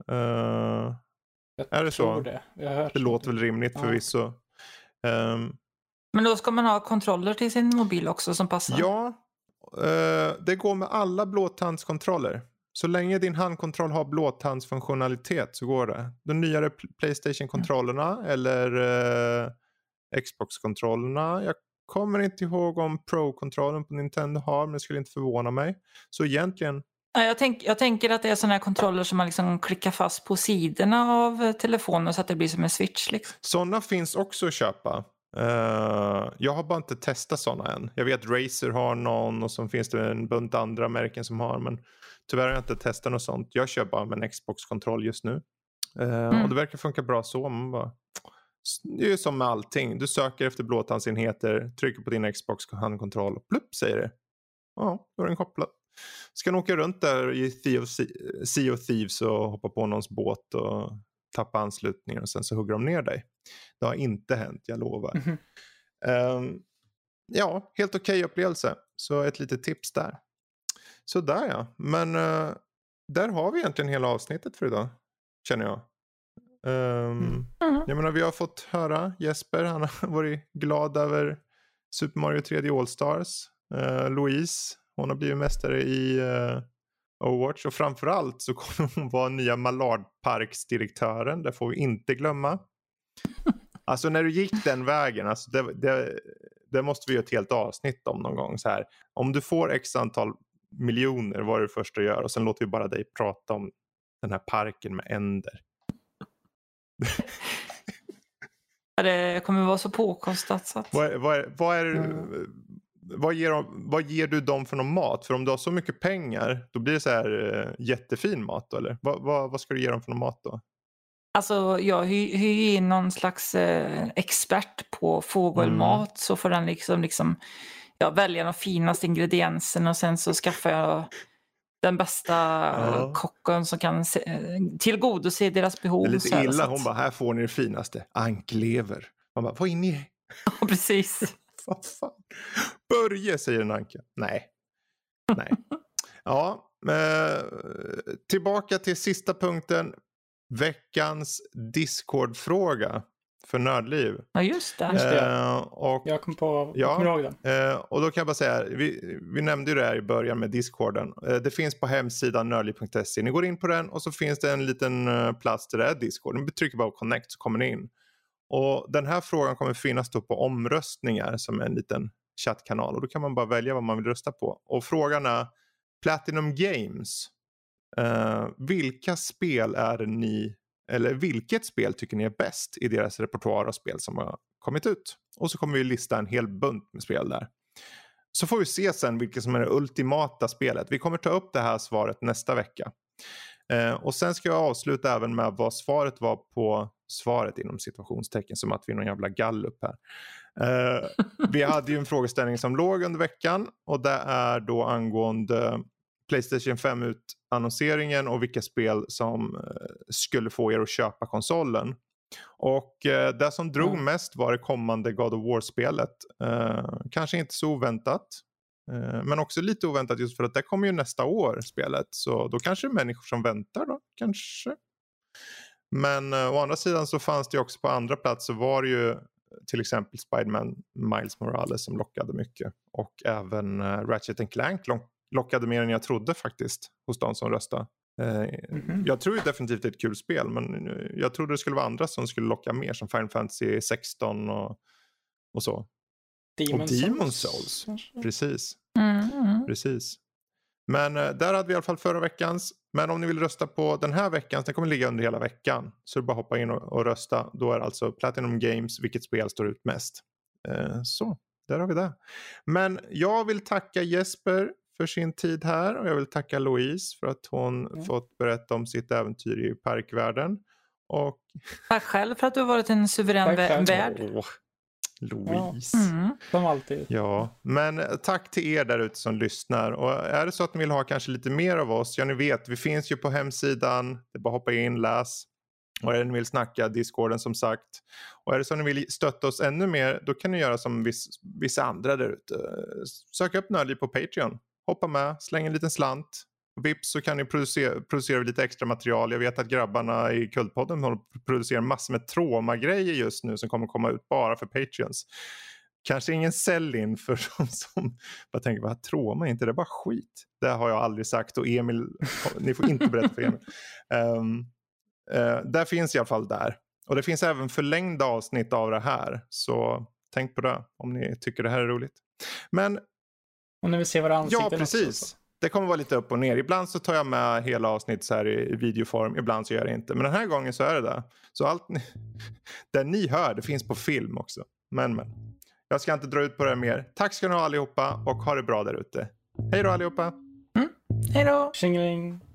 Uh, Jag är det tror så? Det, jag har hört det låter väl rimligt ja. förvisso. Um, Men då ska man ha kontroller till sin mobil också som passar? Ja, uh, det går med alla blåtandskontroller. Så länge din handkontroll har blåtandsfunktionalitet så går det. De nyare PlayStation-kontrollerna mm. eller uh, Xbox-kontrollerna. Jag kommer inte ihåg om Pro-kontrollen på Nintendo har, men det skulle inte förvåna mig. Så egentligen... Jag, tänk, jag tänker att det är sådana här kontroller som man liksom klickar fast på sidorna av telefonen så att det blir som en switch. Liksom. Sådana finns också att köpa. Uh, jag har bara inte testat sådana än. Jag vet Razer har någon och så finns det en bunt andra märken som har, men tyvärr har jag inte testat något sånt. Jag kör bara med en Xbox-kontroll just nu. Uh, mm. Och det verkar funka bra så. Man bara... Det är ju som med allting. Du söker efter blåtandsenheter, trycker på din Xbox handkontroll och plupp säger det. Ja, då är den kopplad. Ska nog åka runt där i Sea of Thieves och hoppa på någons båt och tappa anslutningen och sen så hugger de ner dig. Det har inte hänt, jag lovar. Mm-hmm. Um, ja, helt okej okay upplevelse. Så ett litet tips där. Så där ja. Men uh, där har vi egentligen hela avsnittet för idag, känner jag. Um, mm. Jag menar, vi har fått höra Jesper, han har varit glad över Super Mario tre D All-Stars. uh, Louise, hon har blivit mästare i uh, Overwatch, och framförallt så kommer hon vara nya Mallardparksdirektören, det får vi inte glömma. Alltså när du gick den vägen, alltså det, det, det måste vi göra ett helt avsnitt om någon gång så här. Om du får x antal miljoner, vad är det första att göra? Och sen låter vi bara dig prata om den här parken med änder. Det kommer vara så påkostat så att... vad, vad, vad, är, mm. vad, ger de, vad ger du dem för någon mat? För om du har så mycket pengar, då blir det så här uh, jättefin mat då, eller? Vad, vad, vad ska du ge dem för någon mat då? Alltså jag hyr, hyr in någon slags eh, expert på fågelmat, mm. så får den liksom, liksom ja, välja de finaste ingredienserna och sen så skaffar jag den bästa ja. kocken som kan se, tillgodose deras behov. Det är lite illa, hon bara, här får ni det finaste, anklever. Man bara, vad är ni? Ja, precis. Vad fan? Börje, säger en anka. Nej. Nej. Ja, eh, tillbaka till sista punkten. Veckans Discord-fråga för Nördliv. Ja, just det. Just det. Eh, och, jag kom på ja, kom ihåg den. Eh, och då kan jag bara säga, vi, vi nämnde ju det här i början med Discorden. Eh, det finns på hemsidan nördliv punkt se. Ni går in på den och så finns det en liten uh, plats där det är Discord. Ni trycker bara på connect så kommer ni in. Och den här frågan kommer finnas då på omröstningar som är en liten chattkanal. Och då kan man bara välja vad man vill rösta på. Och frågan är Platinum Games. Uh, vilka spel är det ni, eller vilket spel tycker ni är bäst i deras repertoar av spel som har kommit ut? Och så kommer vi lista en hel bunt med spel där. Så får vi se sen vilket som är det ultimata spelet. Vi kommer ta upp det här svaret nästa vecka. Uh, och sen ska jag avsluta även med vad svaret var på svaret inom situationstecken, som att vi är någon jävla gallup här. Uh, vi hade ju en frågeställning som låg under veckan, och det är då angående PlayStation fem-utannonseringen och vilka spel som uh, skulle få er att köpa konsolen. Och uh, det som drog mm. mest var det kommande God of War-spelet. Uh, kanske inte så oväntat. Uh, men också lite oväntat just för att det kommer ju nästa år, spelet. Så då kanske det är människor som väntar då. Kanske. Men uh, å andra sidan så fanns det ju också på andra plats, så var det ju till exempel Spider-Man Miles Morales som lockade mycket. Och även uh, Ratchet and Clank lock- lockade mer än jag trodde faktiskt hos de som röstade. Uh, mm-hmm. Jag tror ju definitivt det är ett kul spel, men uh, jag trodde det skulle vara andra som skulle locka mer, som Final Fantasy sexton och, och så. Demon och Demon Souls. Souls. Precis. Mm-hmm. Precis. Men uh, där hade vi i alla fall förra veckans. Men om ni vill rösta på den här veckan, den kommer ligga under hela veckan. Så det är bara hoppa in och, och rösta. Då är alltså Platinum Games vilket spel står ut mest. Uh, så, där har vi det. Men jag vill tacka Jesper för sin tid här. Och jag vill tacka Louise för att hon mm. fått berätta om sitt äventyr i parkvärlden. Och... Tack själv för att du har varit en suverän vä- värld. Åh, Louise. Ja. Mm. Som alltid. Ja, men tack till er där ute som lyssnar. Och är det så att ni vill ha kanske lite mer av oss, ja ni vet, vi finns ju på hemsidan. Det är bara hoppa in, läs. Och är det ni vill snacka, Discorden som sagt. Och är det så att ni vill stötta oss ännu mer, då kan ni göra som viss, vissa andra där ute. Sök upp Nördliv på Patreon. Hoppa med, släng en liten slant. vips så kan ni producera, producera lite extra material. Jag vet att grabbarna i Kultpodden håller på att producera massor med trauma-grejer just nu som kommer komma ut bara för Patreons. Kanske ingen sell-in för de som bara tänker, vad trauma är inte det, bara skit. Det har jag aldrig sagt och Emil, ni får inte berätta för Emil. Um, uh, där finns i alla fall där. Och det finns även förlängda avsnitt av det här. Så tänk på det om ni tycker det här är roligt. Men och när vi ser våra ansikten. Ja, precis. Också. Det kommer vara lite upp och ner. Ibland så tar jag med hela avsnitt så här i, i videoform. Ibland så gör jag det inte. Men den här gången så är det där. Så allt ni, det ni hör, det finns på film också. Men, men. Jag ska inte dra ut på det mer. Tack ska ni ha allihopa och ha det bra där ute. Hej då allihopa. Mm. Hej då. Tjingeling.